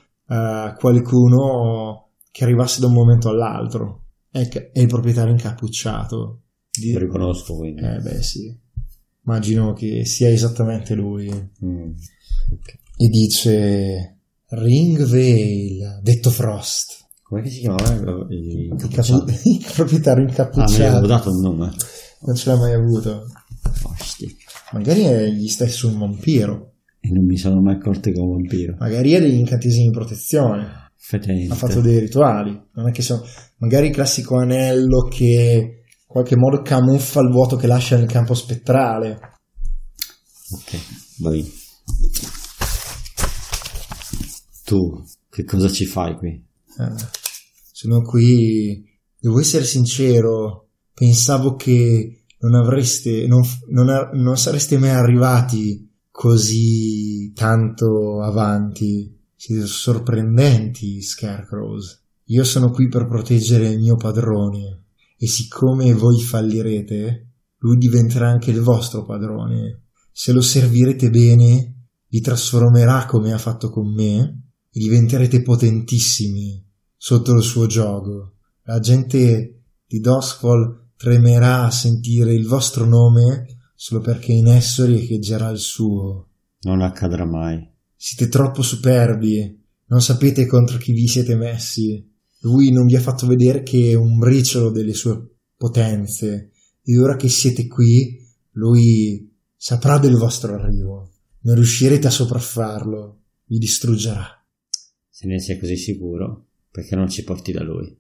qualcuno che arrivasse da un momento all'altro. È il proprietario incappucciato. Lo riconosco, quindi. Beh sì, immagino che sia esattamente lui. Okay. E dice Ringvale, detto Frost. Come si chiamava il proprietario incappucciato? Mi avevo dato un nome. Non ce l'ha mai avuto. Osti. Magari è gli stessi un vampiro. E non mi sono mai accorto che è un vampiro. Magari ha degli incantesimi di protezione. Fetente. Ha fatto dei rituali. Non è che sono magari il classico anello che in qualche modo camuffa il vuoto che lascia nel campo spettrale. Ok, vai. Tu che cosa ci fai qui? Sono qui, devo essere sincero, pensavo che non sareste mai arrivati così tanto avanti. Siete sorprendenti, Scarecrows. Io sono qui per proteggere il mio padrone, e siccome voi fallirete, lui diventerà anche il vostro padrone. Se lo servirete bene, vi trasformerà come ha fatto con me, e diventerete potentissimi sotto il suo gioco. La gente di Duskfall tremerà a sentire il vostro nome solo perché in esso riecheggerà il suo. Non accadrà mai. Siete troppo superbi, non sapete contro chi vi siete messi. Lui non vi ha fatto vedere che un briciolo delle sue potenze, e ora che siete qui, lui saprà del vostro arrivo. Non riuscirete a sopraffarlo, vi distruggerà. Se ne sei così sicuro, perché non ci porti da lui?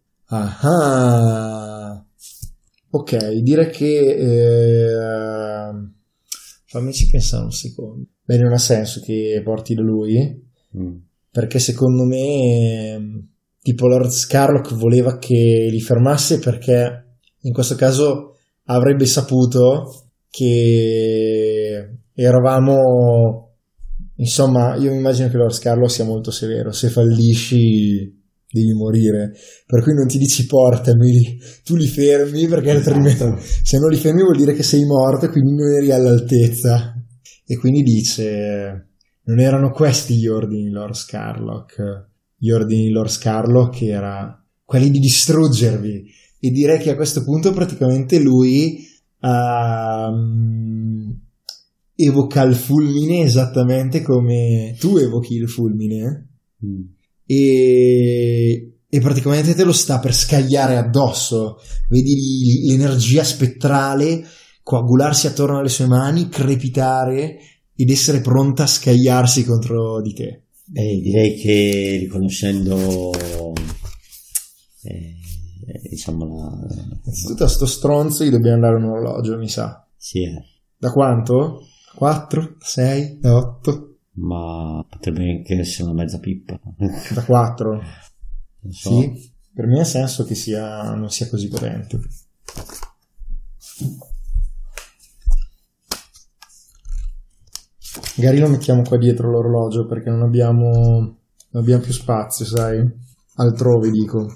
Ah, ok, direi che fammici pensare un secondo. Beh, non ha senso che porti da lui, perché secondo me tipo Lord Scarlock voleva che li fermasse perché In questo caso avrebbe saputo che eravamo, insomma, io mi immagino che Lord Scarlock sia molto severo, se fallisci devi morire, per cui non ti dici portami, tu li fermi, perché altrimenti se non li fermi vuol dire che sei morto e quindi non eri all'altezza. E quindi dice: non erano questi gli ordini di Lord Scarlock, gli ordini di Lord Scarlock era quelli di distruggervi. E direi che a questo punto praticamente lui evoca il fulmine esattamente come tu evochi il fulmine, e praticamente te lo sta per scagliare addosso. Vedi l'energia spettrale coagularsi attorno alle sue mani, crepitare ed essere pronta a scagliarsi contro di te. Direi che riconoscendo diciamo innanzitutto a sto stronzo gli dobbiamo dare un orologio, mi sa. Sì, Da quanto? 4? 6? 8? ma potrebbe anche essere una mezza pippa. Da 4? Non so. Sì, per me ha senso che non sia così potente. Magari lo mettiamo qua dietro l'orologio perché non abbiamo più spazio, sai? Altrove, dico.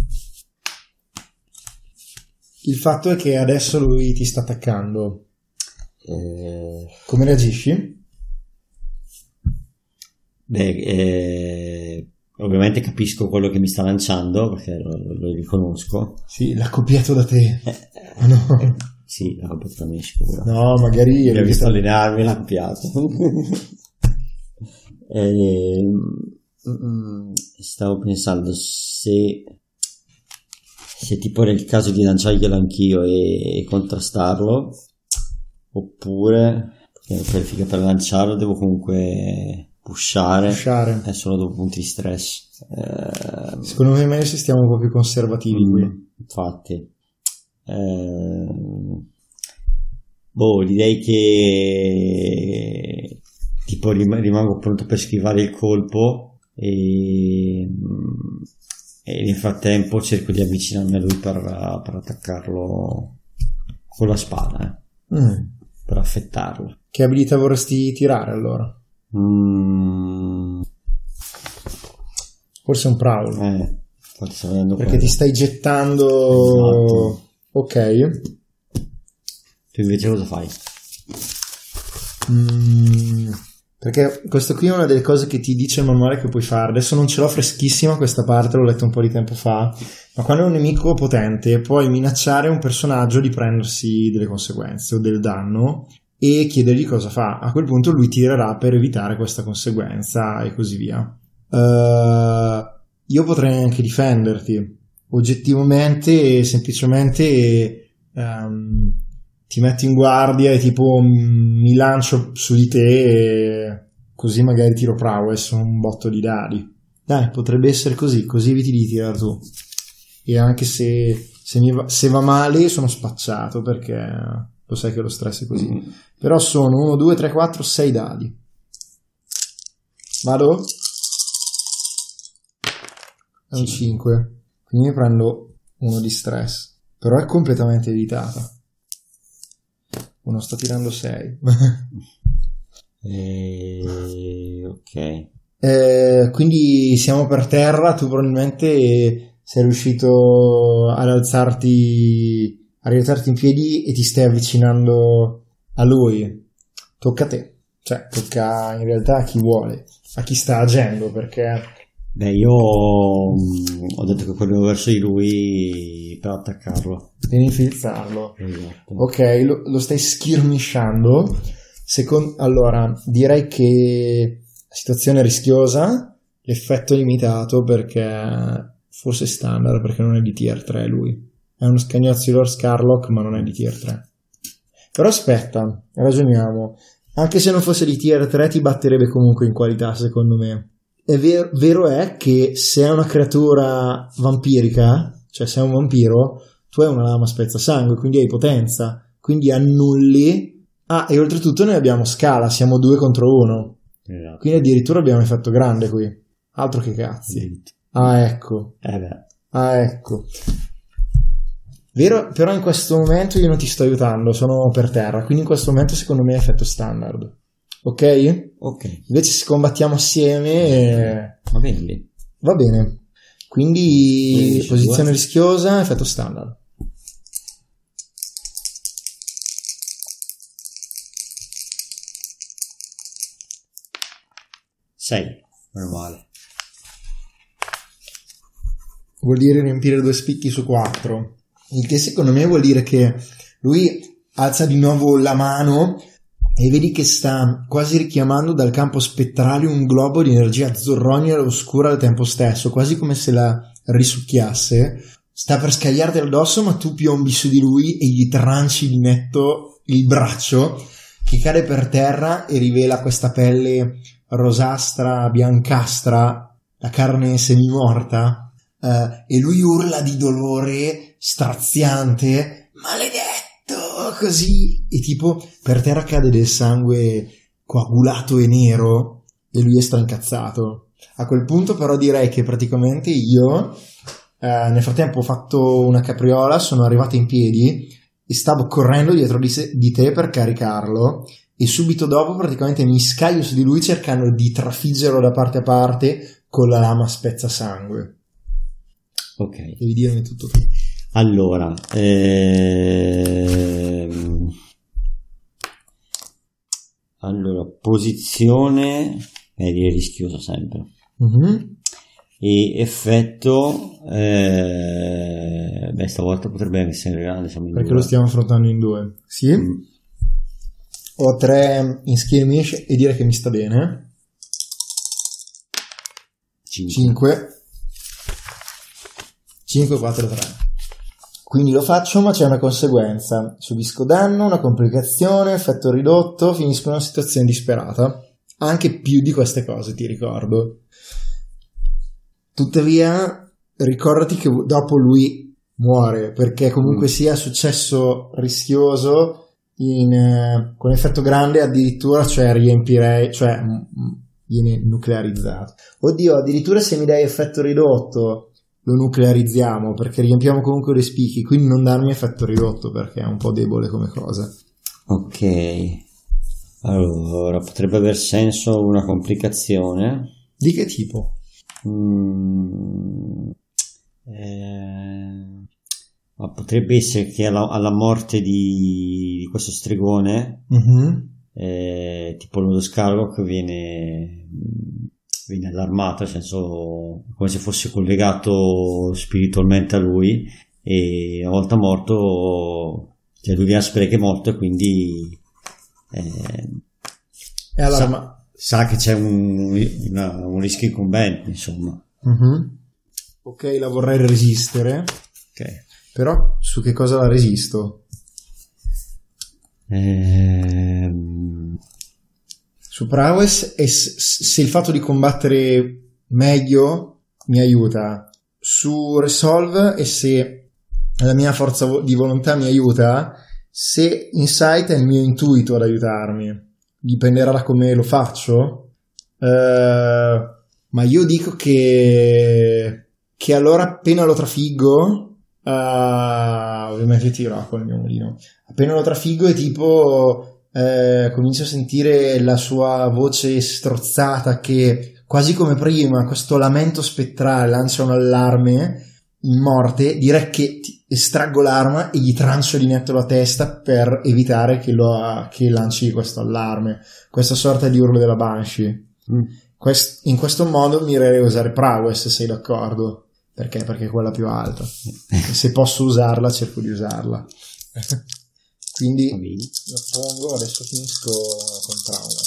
Il fatto è che adesso lui ti sta attaccando. Come reagisci? Ovviamente capisco quello che mi sta lanciando perché lo riconosco. Sì, l'ha copiato da te. No. Sì, l'ha copiato da me sicuro. No, magari l'ho visto allenarmi, l'ha copiato. Stavo pensando se tipo era il caso di lanciarglielo anch'io e contrastarlo, oppure per lanciarlo devo comunque pushare. È solo dopo punti di stress. Secondo me è meglio se stiamo un po' più conservativi qui. Infatti direi che tipo rimango pronto per schivare il colpo e nel frattempo cerco di avvicinarmi a lui per attaccarlo con la spada, per affettarlo. Che abilità vorresti tirare allora? Forse un prowl. Forse vedendo perché ti stai gettando. Esatto. Ok. Tu invece cosa fai? Perché questo qui è una delle cose che ti dice il manuale che puoi fare. Adesso non ce l'ho freschissima questa parte, l'ho letto un po' di tempo fa, ma quando è un nemico potente puoi minacciare un personaggio di prendersi delle conseguenze o del danno e chiedergli cosa fa. A quel punto lui tirerà per evitare questa conseguenza e così via. Io potrei anche difenderti oggettivamente, semplicemente ti metto in guardia e tipo mi lancio su di te e così magari tiro prowess su un botto di dadi. Dai, potrebbe essere così eviti di tirare tu. E anche se va male sono spacciato, perché lo sai che lo stress è così. Però sono 1, 2, 3, 4, 6 dadi. Vado? È un 5. Quindi mi prendo 1 di stress. Però è completamente evitata. Uno sta tirando 6. Ok. Quindi siamo per terra. Tu probabilmente sei riuscito ad alzarti, a rialzarti in piedi e ti stai avvicinando a lui. Tocca a te. Cioè, tocca in realtà a chi vuole, a chi sta agendo, perché... Io ho detto che correvo verso di lui per attaccarlo. Devi infilzarlo. Esatto. Ok, lo stai schirmisciando. Allora, direi che la situazione è rischiosa, l'effetto è limitato perché forse è standard, perché non è di tier 3 lui. È uno scagnozzo di Lord Scarlock, ma non è di tier 3. Però aspetta, ragioniamo. Anche se non fosse di tier 3 ti batterebbe comunque in qualità, secondo me. È vero è che se è una creatura vampirica, cioè se è un vampiro, tu hai una lama spezzasangue, quindi hai potenza, quindi annulli. E oltretutto noi abbiamo scala, siamo 2 contro 1. Esatto. Quindi addirittura abbiamo effetto grande qui. Altro che cazzi. Ecco. Beh. Ecco. Vero, però in questo momento io non ti sto aiutando, sono per terra, quindi in questo momento secondo me è effetto standard. Ok? Ok. Invece se combattiamo assieme... Va bene. Va bene. Quindi 11, posizione 2. rischiosa, effetto standard. 6. Meno male. Vuol dire riempire 2 spicchi su 4. Il che secondo me vuol dire che lui alza di nuovo la mano e vedi che sta quasi richiamando dal campo spettrale un globo di energia azzurrogna e oscura al tempo stesso, quasi come se la risucchiasse. Sta per scagliarti addosso, ma tu piombi su di lui e gli tranci di netto il braccio, che cade per terra e rivela questa pelle rosastra, biancastra, la carne semimorta. E lui urla di dolore straziante, maledetto, così, e tipo per terra cade del sangue coagulato e nero e lui è straincazzato. A quel punto però direi che praticamente io nel frattempo ho fatto una capriola, sono arrivato in piedi e stavo correndo dietro di te per caricarlo, e subito dopo praticamente mi scaglio su di lui cercando di trafiggerlo da parte a parte con la lama spezzasangue. Ok. Devi dirmi tutto tu. Allora, posizione, direi rischioso sempre. E effetto, stavolta potrebbe essere grande, siamo in perché 2. lo stiamo affrontando in 2. Sì. Ho 3 in skirmish e dire che mi sta bene. 5 4 3. Quindi lo faccio, ma c'è una conseguenza. Subisco danno, una complicazione, effetto ridotto, finisco in una situazione disperata. Anche più di queste cose, ti ricordo. Tuttavia, ricordati che dopo lui muore, perché comunque sia successo rischioso con effetto grande, addirittura, cioè riempirei, cioè viene nuclearizzato. Oddio, addirittura se mi dai effetto ridotto lo nuclearizziamo, perché riempiamo comunque le spicchi, quindi non darmi effetto ridotto perché è un po' debole come cosa. Ok, allora potrebbe aver senso una complicazione. Di che tipo? Ma potrebbe essere che alla morte di questo stregone, tipo lo Scarrock viene allarmato, nel senso come se fosse collegato spiritualmente a lui, e una volta morto, cioè lui viene a sapere che è morto, e quindi sa che c'è un rischio incombente, insomma. Ok, la vorrei resistere. Ok. Però su che cosa la resisto? Su prowess, e se il fatto di combattere meglio mi aiuta. Su resolve, e se la mia forza di volontà mi aiuta. Se insight è il mio intuito ad aiutarmi. Dipenderà da come lo faccio. Ma io dico che allora appena lo trafiggo, ovviamente tiro con il mio mulino, appena lo trafiggo e tipo comincio a sentire la sua voce strozzata che quasi come prima, questo lamento spettrale, lancia un allarme in morte, direi che estraggo l'arma e gli trancio di netto la testa per evitare che lanci questo allarme, questa sorta di urlo della Banshee. In questo modo mirerei a usare prowess, se sei d'accordo. Perché è quella più alta. Se posso usarla, cerco di usarla. Quindi lo pongo, adesso finisco con trauma.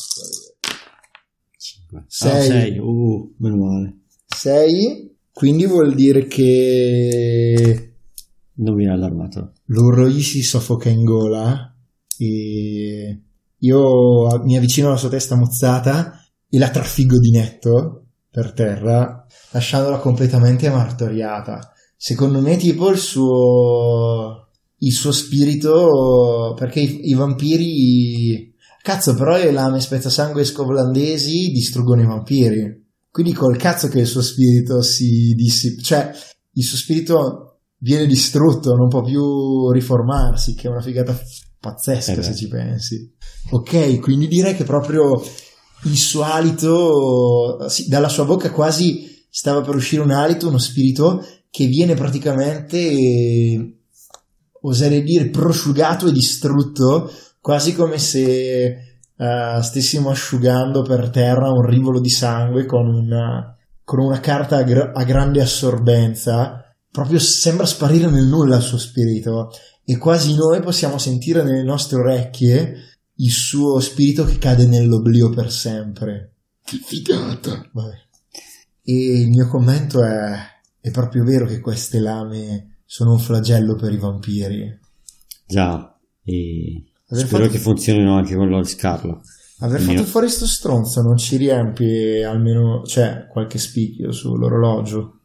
6. Meno male. 6, quindi vuol dire che non viene allarmato. l'urlo gli si soffoca in gola e io mi avvicino alla sua testa mozzata e la trafiggo di netto per terra, lasciandola completamente martoriata. Secondo me tipo il suo spirito, perché i vampiri, cazzo, però le lame spezzasangue scovlandesi distruggono i vampiri, quindi col cazzo che il suo spirito si dissipa, cioè il suo spirito viene distrutto, non può più riformarsi, che è una figata pazzesca se ci pensi. Ok, quindi direi che proprio il suo alito, sì, dalla sua bocca quasi stava per uscire un alito, uno spirito che viene praticamente, oserei dire, prosciugato e distrutto, quasi come se stessimo asciugando per terra un rivolo di sangue con una carta a grande assorbenza. Proprio sembra sparire nel nulla il suo spirito, e quasi noi possiamo sentire nelle nostre orecchie il suo spirito che cade nell'oblio per sempre. Che figata! Vabbè. E il mio commento è proprio vero che queste lame sono un flagello per i vampiri. Già, e spero che funzionino anche con l'Old Scarla. Aver fatto fuori sto stronzo non ci riempie almeno, cioè, qualche spicchio sull'orologio?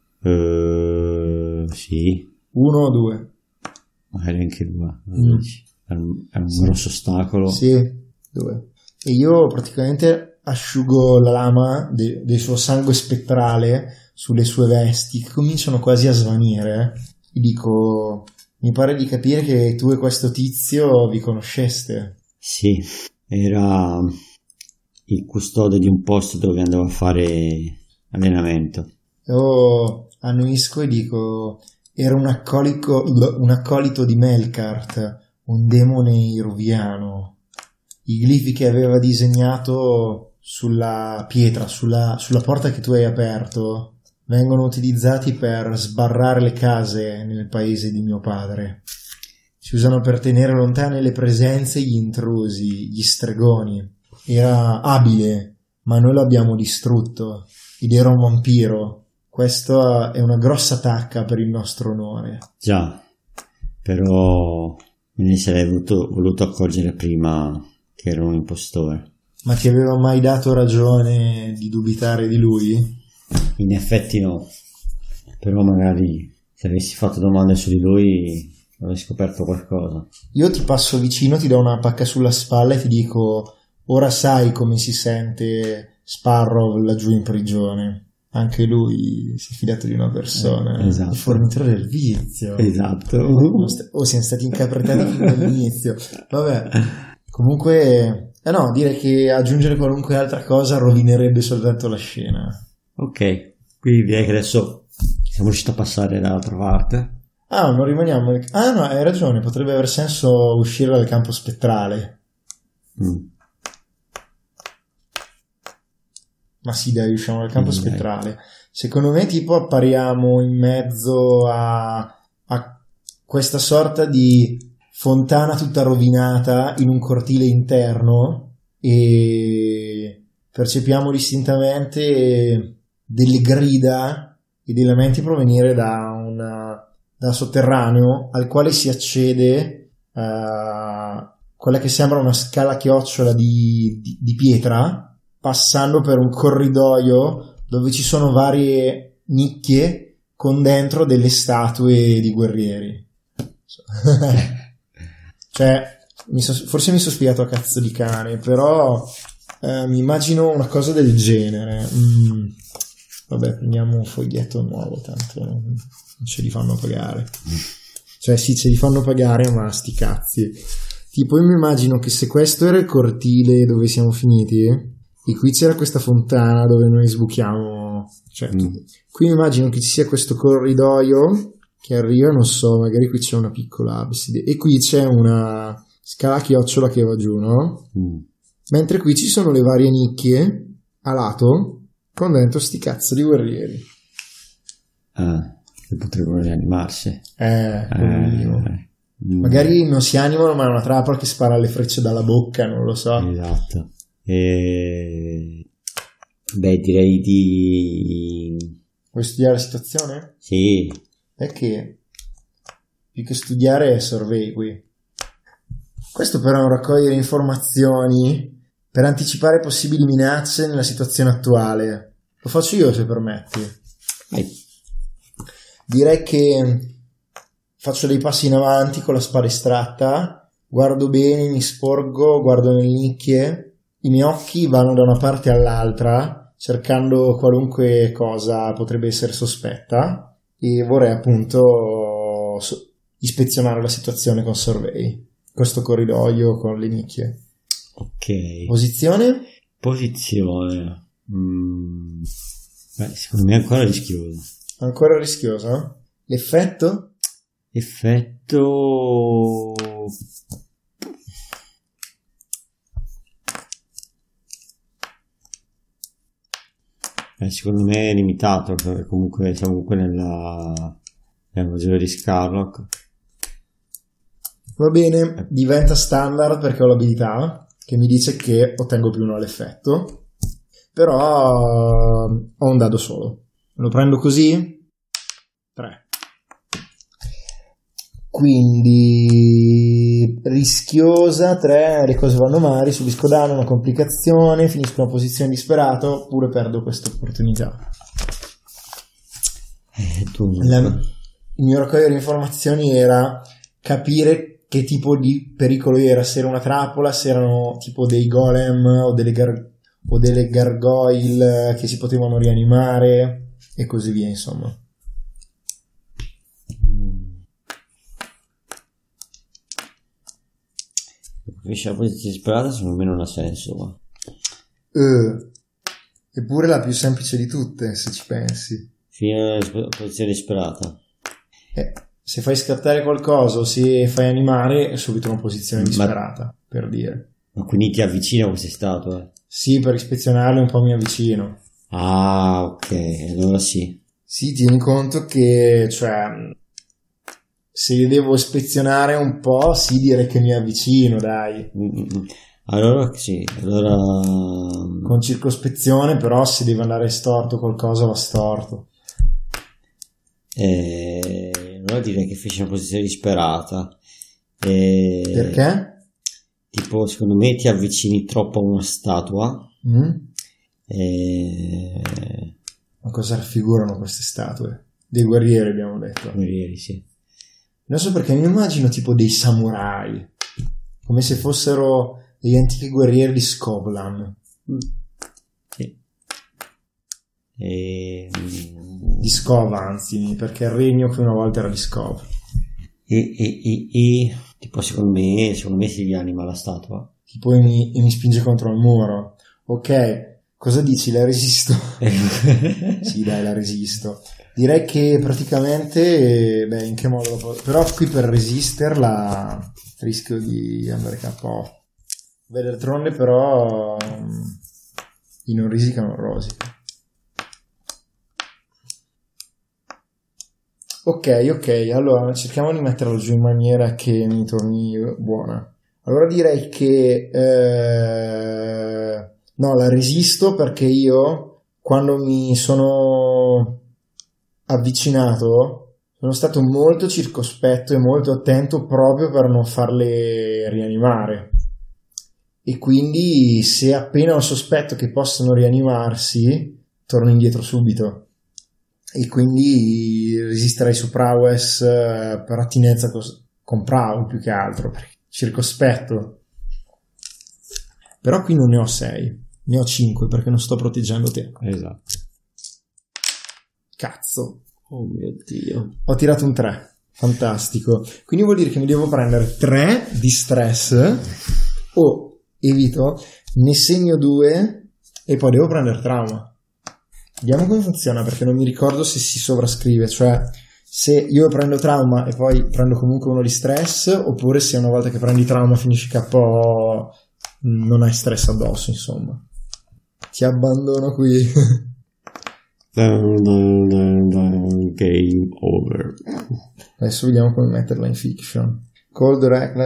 Sì. 1 o 2? Magari anche 2. È un grosso ostacolo. Sì, 2. E io praticamente asciugo la lama del suo sangue spettrale sulle sue vesti, che cominciano quasi a svanire. E dico: mi pare di capire che tu e questo tizio vi conosceste. Sì, era il custode di un posto dove andavo a fare allenamento. Io annuisco e dico: era un accolito di Melkart, un demone iruviano. I glifi che aveva disegnato sulla pietra, sulla porta che tu hai aperto, vengono utilizzati per sbarrare le case nel paese di mio padre. Si usano per tenere lontane le presenze, gli intrusi, gli stregoni. Era abile, ma noi lo abbiamo distrutto, ed era un vampiro. Questa è una grossa tacca per il nostro onore. Già, però me ne sarei voluto accorgere prima che era un impostore. Ma ti aveva mai dato ragione di dubitare di lui? In effetti no, però magari se avessi fatto domande su di lui avrei scoperto qualcosa. Io ti passo vicino, ti do una pacca sulla spalla e ti dico: ora sai come si sente Sparrow laggiù in prigione. Anche lui si è fidato di una persona, esatto. Il fornitore del vizio. Esatto. Siamo stati incapretati fin dall'inizio. Vabbè, comunque, no, dire che aggiungere qualunque altra cosa rovinerebbe soltanto la scena. Ok, quindi direi che adesso siamo riusciti a passare dall'altra parte. Ah, non rimaniamo. Ah, no, hai ragione, potrebbe aver senso uscire dal campo spettrale. Ma sì, dai, usciamo dal campo spettrale. Secondo me, tipo, appariamo in mezzo a questa sorta di fontana tutta rovinata in un cortile interno, e percepiamo distintamente delle grida e dei lamenti provenire da sotterraneo, al quale si accede quella che sembra una scala chiocciola di pietra, passando per un corridoio dove ci sono varie nicchie con dentro delle statue di guerrieri. Cioè, forse mi sono spiegato a cazzo di cane, però mi immagino una cosa del genere. Vabbè, prendiamo un foglietto nuovo, tanto non ce li fanno pagare. Cioè sì, ce li fanno pagare, ma sti cazzi. Tipo, io mi immagino che se questo era il cortile dove siamo finiti, e qui c'era questa fontana dove noi sbuchiamo, cioè, qui mi immagino che ci sia questo corridoio che arriva, non so, magari qui c'è una piccola abside e qui c'è una scala a chiocciola che va giù, no? Mentre qui ci sono le varie nicchie a lato con dentro sti cazzo di guerrieri. Che potrebbero rianimarsi. Magari non si animano, ma è una trappola che spara le frecce dalla bocca, non lo so. Esatto. Beh, direi di... Vuoi studiare la situazione? Sì. È che più che studiare è survey qui. Questo però è un raccogliere informazioni per anticipare possibili minacce nella situazione attuale. Lo faccio io, se permetti. Vai. Direi che faccio dei passi in avanti con la spada estratta, guardo bene, mi sporgo, guardo nelle nicchie. I miei occhi vanno da una parte all'altra cercando qualunque cosa potrebbe essere sospetta, e vorrei appunto ispezionare la situazione con survey, questo corridoio con le nicchie. Ok. Posizione? Secondo me è ancora rischioso. Ancora rischiosa? L'effetto? Secondo me è limitato, perché comunque siamo nella giro di Scarlock. Va bene, diventa standard perché ho l'abilità che mi dice che ottengo +1 all'effetto, però ho un dado solo. Lo prendo così? 3. Quindi rischiosa, 3, le cose vanno male, subisco danno, una complicazione, finisco una posizione disperato, oppure perdo questa opportunità. Il mio raccogliere di informazioni era capire che tipo di pericolo era, se era una trappola, se erano tipo dei golem o delle gargoyle che si potevano rianimare e così via, insomma. La posizione disperata secondo me non ha senso. Eppure la più semplice di tutte, se ci pensi. Fine della posizione disperata. Se fai scattare qualcosa o se fai animare è subito una posizione disperata, per dire. Ma quindi ti avvicina a queste statue? Sì, per ispezionarle un po' mi avvicino. Ah, ok, allora sì. Sì, tieni conto che, cioè, se li devo ispezionare un po', sì, direi che mi avvicino, dai. Allora sì, allora... Con circospezione, però se deve andare storto qualcosa va storto. Allora direi che fece una posizione disperata. Perché? Tipo, secondo me ti avvicini troppo a una statua. Ma cosa raffigurano queste statue? Dei guerrieri, abbiamo detto. Guerrieri, sì. Non so perché mi immagino tipo dei samurai, come se fossero degli antichi guerrieri di Skoblan. Sì. Di Skov, anzi, perché il regno che una volta era di Skov. Tipo secondo me si rianima la statua. Tipo e mi spinge contro il muro. Ok, cosa dici? La resisto? Sì, dai, la resisto. Direi che praticamente, in che modo lo posso... Però qui per resisterla rischio di andare KO. D'altronde però i non risicano rosica. Ok, allora cerchiamo di metterlo giù in maniera che mi torni buona. Allora direi che no, la resisto perché io quando mi sono avvicinato sono stato molto circospetto e molto attento proprio per non farle rianimare, e quindi se appena ho sospetto che possano rianimarsi torno indietro subito, e quindi resisterei su prowess per attinenza con Prowl più che altro, perché circospetto. Però qui non ne ho 6, ne ho 5 perché non sto proteggendo te. Esatto. Cazzo. Oh mio Dio. Ho tirato un 3. Fantastico. Quindi vuol dire che mi devo prendere 3 di stress, o evito, ne segno 2 e poi devo prendere trauma. Vediamo come funziona, perché non mi ricordo se si sovrascrive, cioè se io prendo trauma e poi prendo comunque uno di stress, oppure se una volta che prendi trauma finisci KO non hai stress addosso, insomma. Ti abbandono qui. Game over. Adesso vediamo come metterla in fiction. Cold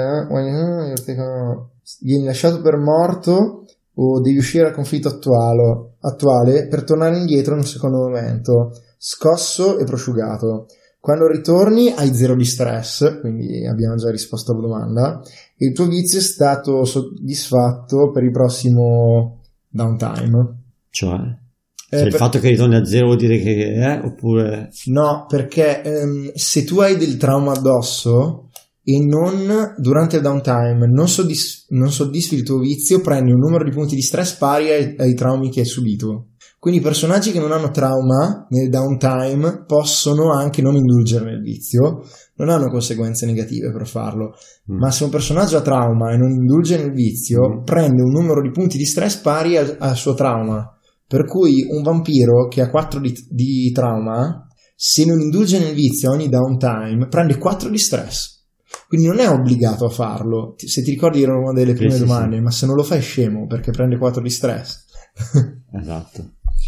vieni lasciato per morto o devi uscire dal conflitto attuale per tornare indietro in un secondo momento, scosso e prosciugato. Quando ritorni hai 0 di stress, quindi abbiamo già risposto alla domanda, e il tuo vizio è stato soddisfatto per il prossimo downtime. Cioè il fatto che ritorni a 0 vuol dire che oppure... No, perché se tu hai del trauma addosso e non durante il downtime non soddisfi il tuo vizio, prendi un numero di punti di stress pari ai traumi che hai subito. Quindi i personaggi che non hanno trauma nel downtime possono anche non indulgere nel vizio, non hanno conseguenze negative per farlo. Ma se un personaggio ha trauma e non indulge nel vizio, prende un numero di punti di stress pari al suo trauma. Per cui un vampiro che ha 4 di trauma, se non indulge nel vizio ogni downtime, prende 4 di stress. Quindi non è obbligato a farlo. Se ti ricordi era una delle prime domande, ma se non lo fai è scemo perché prende 4 di stress. Esatto.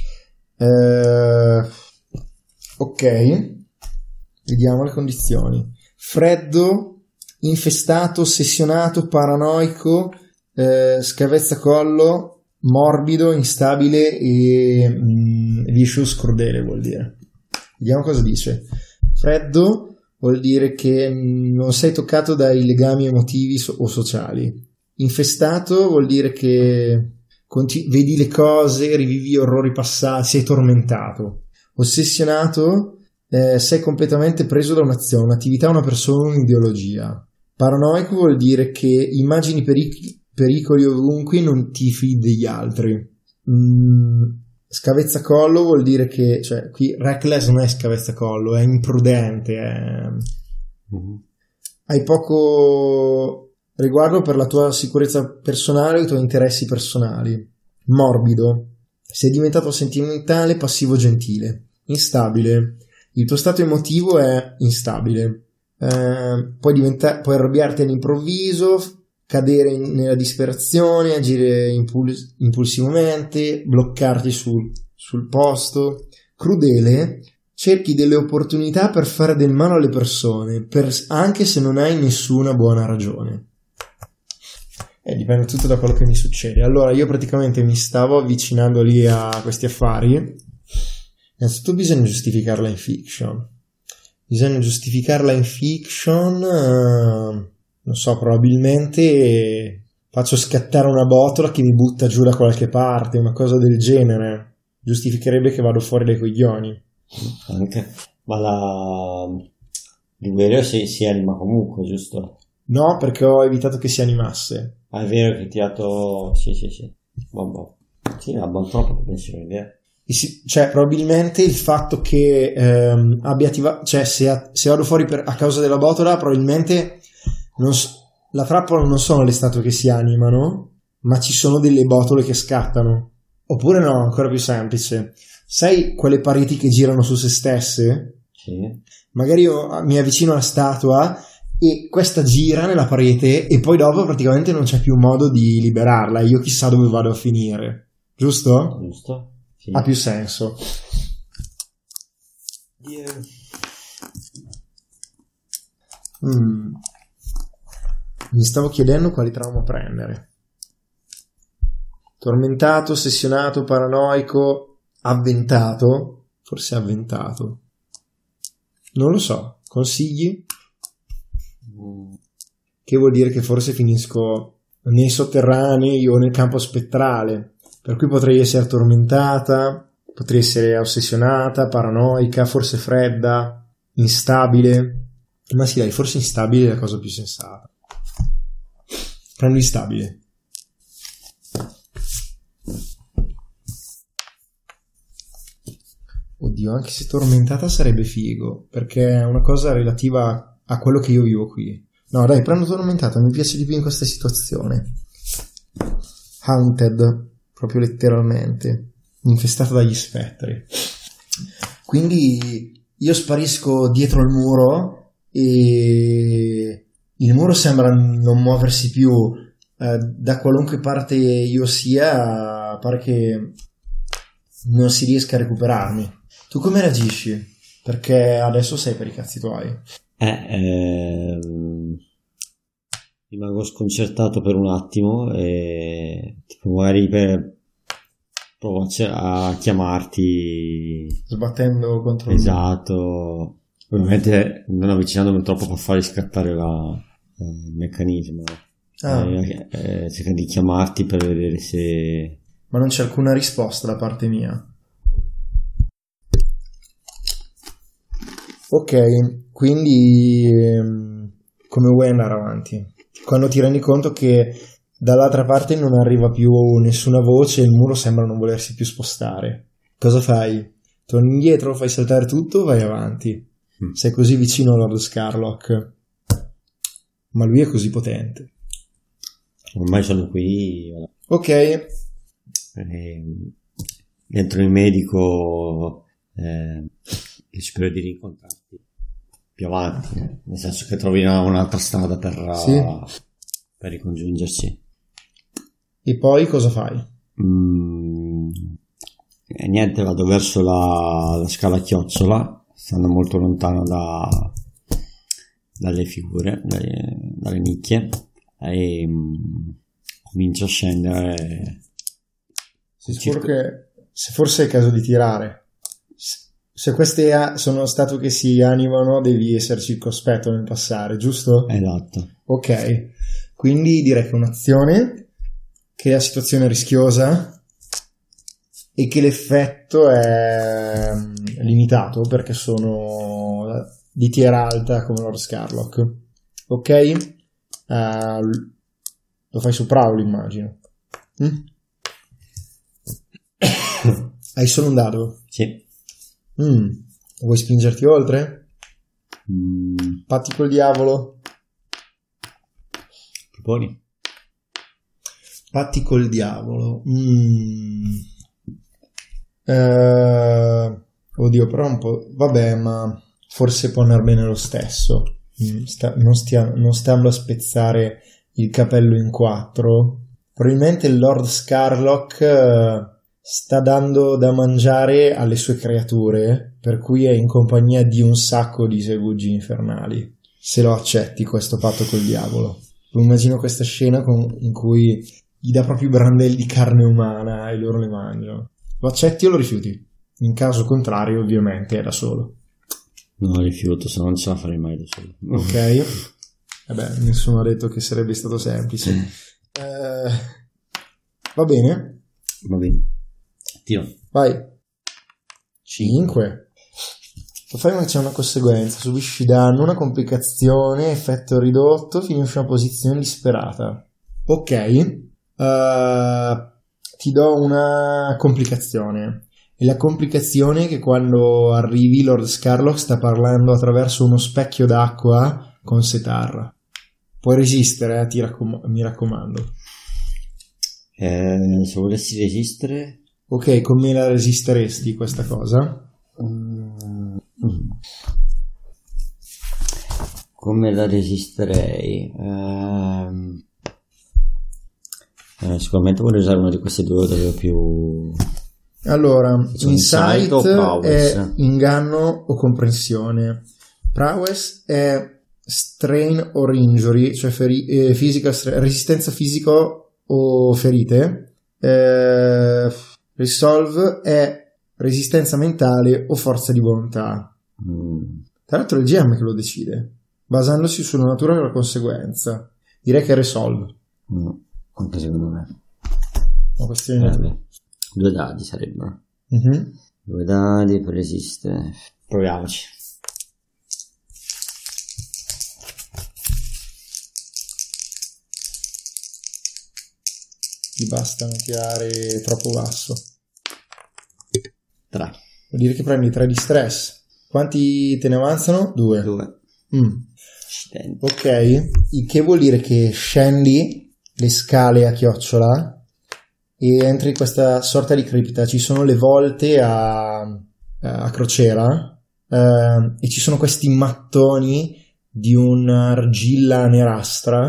Ok, vediamo le condizioni. Freddo, infestato, ossessionato, paranoico, scavezzacollo, morbido, instabile e vicious, crudele vuol dire. Vediamo cosa dice. Freddo vuol dire che non sei toccato dai legami emotivi o sociali. Infestato vuol dire che vedi le cose, rivivi orrori passati, sei tormentato. Ossessionato, sei completamente preso da un'azione, un'attività, una persona, un'ideologia. Paranoico vuol dire che immagini pericoli ovunque, non ti fidi degli altri. Scavezzacollo vuol dire che, cioè, qui reckless non è scavezzacollo, è imprudente, hai poco riguardo per la tua sicurezza personale e i tuoi interessi personali. Morbido, sei diventato sentimentale, passivo, gentile. Instabile, il tuo stato emotivo è instabile, puoi arrabbiarti all'improvviso, cadere nella disperazione, agire impulsivamente, bloccarti sul posto. Crudele, cerchi delle opportunità per fare del male alle persone, anche se non hai nessuna buona ragione. Dipende tutto da quello che mi succede. Allora io praticamente mi stavo avvicinando lì a questi affari. Innanzitutto bisogna giustificarla in fiction. Non so, probabilmente faccio scattare una botola che mi butta giù da qualche parte, una cosa del genere. Giustificherebbe che vado fuori dai coglioni. Anche. Ma Liberio si anima comunque, giusto? No, perché ho evitato che si animasse. Ah, è vero che hai tirato... Sì. Boh. Sì, è buon troppo, penso l'idea. Cioè, probabilmente il fatto che abbia attivato... Cioè, se vado fuori a causa della botola, probabilmente... la trappola non sono le statue che si animano, ma ci sono delle botole che scattano. Oppure no, ancora più semplice. Sai quelle pareti che girano su se stesse? Sì. Magari io mi avvicino alla statua e questa gira nella parete e poi dopo praticamente non c'è più modo di liberarla e io chissà dove vado a finire. Giusto? Giusto. Sì. Ha più senso. Mi stavo chiedendo quali trauma prendere. Tormentato, ossessionato, paranoico, avventato. Forse avventato. Non lo so. Consigli? Che vuol dire che forse finisco nei sotterranei o nel campo spettrale. Per cui potrei essere tormentata, potrei essere ossessionata, paranoica, forse fredda, instabile. Ma sì, dai, forse instabile è la cosa più sensata. Prendo instabile. Oddio, anche se tormentata sarebbe figo, perché è una cosa relativa a quello che io vivo qui. No, dai, prendo tormentata, mi piace di più in questa situazione. Haunted, proprio letteralmente, infestata dagli spettri. Quindi io sparisco dietro il muro e il muro sembra non muoversi più. Da qualunque parte io sia, pare che non si riesca a recuperarmi. Tu come reagisci? Perché adesso sei per i cazzi tuoi. Rimango sconcertato per un attimo e tipo magari provo a chiamarti sbattendo contro esatto. Ovviamente non avvicinandomi troppo per fargli scattare il meccanismo. Cerco di chiamarti per vedere se... Ma non c'è alcuna risposta da parte mia. Ok, quindi come vuoi andare avanti? Quando ti rendi conto che dall'altra parte non arriva più nessuna voce, il muro sembra non volersi più spostare. Cosa fai? Torni indietro, fai saltare tutto o vai avanti? Sei così vicino a Lord Scarlock, ma lui è così potente. Ormai sono qui. Ok. Dentro il medico, io spero di rincontrarti più avanti, nel senso che trovi un'altra strada per ricongiungerci. E poi cosa fai? Niente, vado verso la scala chiocciola, stando molto lontano dalle figure, dalle nicchie, e comincio a scendere. Sei sicuro che se forse è caso di tirare? Se queste sono statue che si animano, devi essere circospetto nel passare, giusto? Esatto. Ok, quindi direi che è un'azione, che la situazione è rischiosa e che l'effetto è limitato perché sono di tiera alta come Lord Scarlock. Ok? Lo fai su Prowl, immagino. Hai solo un dado? Sì. Vuoi spingerti oltre? Patti col diavolo. Proponi. Patti col diavolo. Oddio, però un po'. Vabbè, ma forse può andare bene lo stesso. Non stiamo a spezzare il capello in quattro. Probabilmente il Lord Scarlock sta dando da mangiare alle sue creature, per cui è in compagnia di un sacco di segugi infernali. Se lo accetti questo patto col diavolo. Immagino questa scena in cui gli dà proprio brandelli di carne umana e loro le mangiano. Lo accetti o lo rifiuti? In caso contrario, ovviamente, è da solo. No, rifiuto, se no non ce la farei mai da solo. Ok. Vabbè, nessuno ha detto che sarebbe stato semplice. Va bene. Va bene. Tiro. Vai. 5. Lo fai ma c'è una conseguenza. Subisci danno, una complicazione, effetto ridotto, finisci una posizione disperata. Ok. Ti do una complicazione. E la complicazione è che quando arrivi Lord Scarlock sta parlando attraverso uno specchio d'acqua con Setarra. Puoi resistere, mi raccomando. Se volessi resistere... Ok, come la resisteresti questa cosa? Come la resisterei? Sicuramente vorrei usare una di queste due delle più... Allora, Insight o prowess? È inganno o comprensione. Prowess è strain or injury, cioè resistenza fisica o ferite. Resolve è resistenza mentale o forza di volontà. Tra l'altro è il GM che lo decide, basandosi sulla natura della conseguenza. Direi che è resolve. Anche secondo me. Una questione 2 dadi sarebbero. 2 dadi per resistere. Proviamoci. Ti basta non tirare troppo basso. 3. Vuol dire che prendi 3 di stress. Quanti te ne avanzano? 2. Ok, il che vuol dire che scendi le scale a chiocciola e entri in questa sorta di cripta. Ci sono le volte a crociera e ci sono questi mattoni di un'argilla nerastra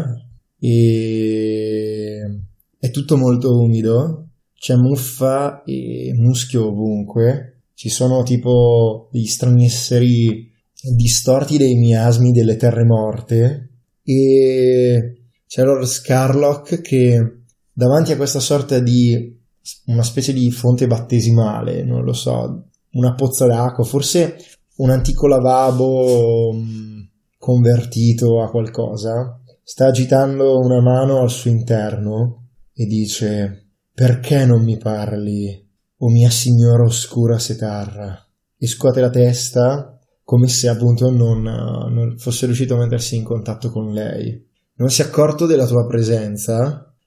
e è tutto molto umido, c'è muffa e muschio ovunque, ci sono tipo degli strani esseri distorti dei miasmi delle terre morte e c'è Lord Scarlock che davanti a questa sorta di una specie di fonte battesimale, non lo so, una pozza d'acqua, forse un antico lavabo convertito a qualcosa, sta agitando una mano al suo interno e dice: perché non mi parli, o mia signora oscura Setarra? E scuote la testa come se appunto non fosse riuscito a mettersi in contatto con lei. Non si è accorto della tua presenza,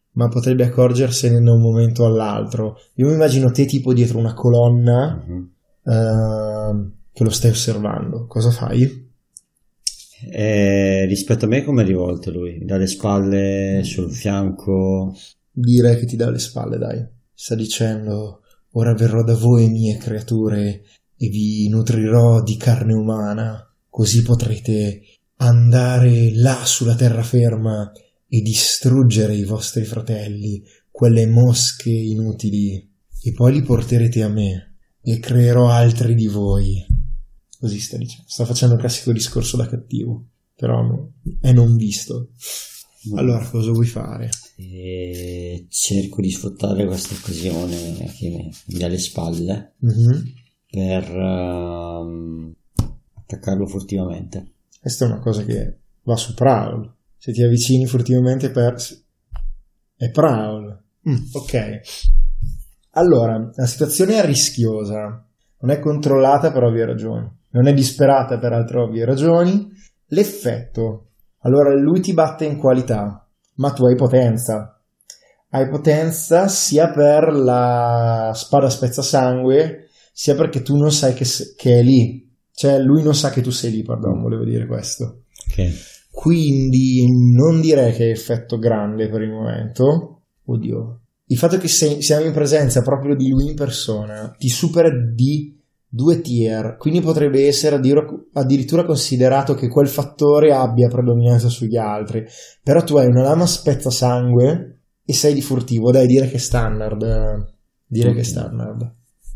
ma potrebbe accorgersene da un momento all'altro. Io mi immagino te tipo dietro una colonna che lo stai osservando. Cosa fai? Rispetto a me come è rivolto lui? Dalle spalle, sul fianco? Direi che ti dà le spalle, dai. Sta dicendo: ora verrò da voi, mie creature, e vi nutrirò di carne umana, così potrete andare là sulla terraferma e distruggere i vostri fratelli, quelle mosche inutili, e poi li porterete a me e creerò altri di voi. Così sta dicendo. Sta facendo il classico discorso da cattivo, però è non visto. Allora cosa vuoi fare? Cerco di sfruttare questa occasione che mi dà le spalle per attaccarlo furtivamente. Questa è una cosa che va su Prowl. Se ti avvicini furtivamente è Prowl. Ok. Allora, la situazione è rischiosa, non è controllata per ovvie ragioni, non è disperata per altre ovvie ragioni. L'effetto: allora lui ti batte in qualità, ma tu hai potenza. Hai potenza sia per la spada spezzasangue, sia perché tu non sai che è lì. Cioè lui non sa che tu sei lì, pardon, volevo dire questo. Okay. Quindi non direi che è effetto grande per il momento. Oddio. Il fatto che siamo in presenza proprio di lui in persona ti supera di 2 tier, quindi potrebbe essere addirittura considerato che quel fattore abbia predominanza sugli altri. Però tu hai una lama spezzasangue e sei di furtivo, dai, dire che è standard. Direi che è standard.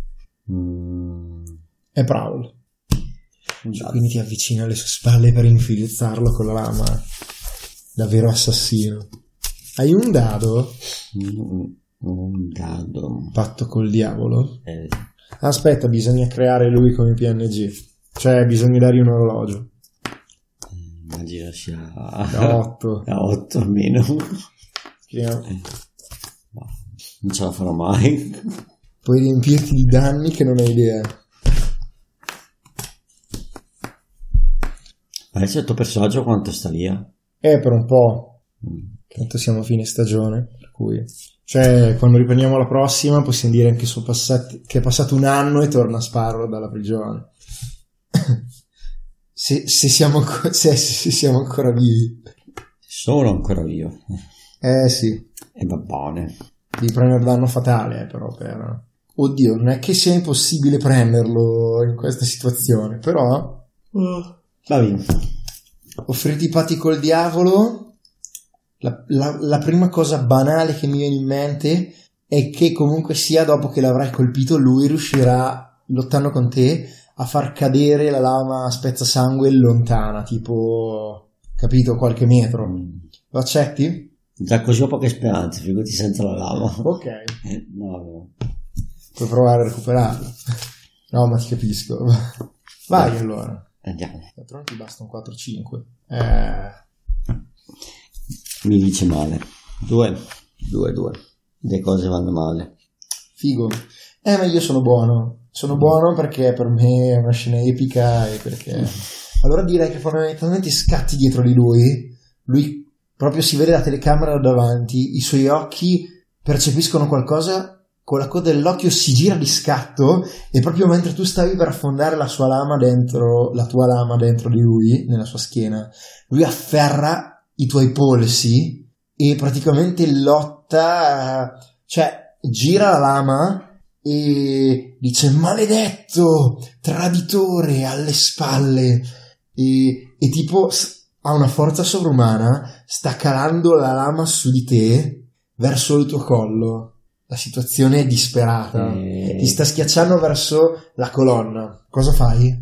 È Prowl. Quindi ti avvicina alle sue spalle per infilizzarlo con la lama. Davvero assassino. Hai un dado? Un dado. Patto col diavolo? Aspetta, bisogna creare lui come PNG. Cioè, bisogna dargli un orologio. Immagino sia da 8. Da 8 almeno. Scriviamo. Non ce la farò mai. Puoi riempirti di danni che non hai idea. Adesso il tuo personaggio quanto sta via? Per un po'. Tanto siamo a fine stagione, per cui... Cioè, quando riprendiamo la prossima possiamo dire che che è passato un anno e torna Sparrow dalla prigione. se siamo ancora vivi. Sono ancora vivo. Sì. E va bene. Devi prendere danno fatale, però per... Oddio, non è che sia impossibile prenderlo in questa situazione, però... Va bene. Offrirti i patti col diavolo... La prima cosa banale che mi viene in mente è che comunque sia, dopo che l'avrai colpito, lui riuscirà, lottando con te, a far cadere la lama spezzasangue lontana, tipo, capito, qualche metro. Lo accetti? Già così ho poche speranze, figurati senza la lama. Ok. No. Puoi provare a recuperarlo. No, ma ti capisco. Vai allora. Andiamo. Non ti basta un 4-5. Mi dice male. 2. Le cose vanno male. Figo. Ma io sono buono. Sono buono perché per me è una scena epica e perché... Allora direi che fondamentalmente scatti dietro di lui. Lui proprio si vede la telecamera da davanti. I suoi occhi percepiscono qualcosa. Con la coda dell'occhio si gira di scatto e proprio mentre tu stavi per affondare la tua lama dentro di lui, nella sua schiena, lui afferra i tuoi polsi e praticamente lotta, cioè gira la lama e dice: maledetto, traditore, alle spalle, e tipo ha una forza sovrumana, sta calando la lama su di te verso il tuo collo. La situazione è disperata, ti sta schiacciando verso la colonna. Cosa fai?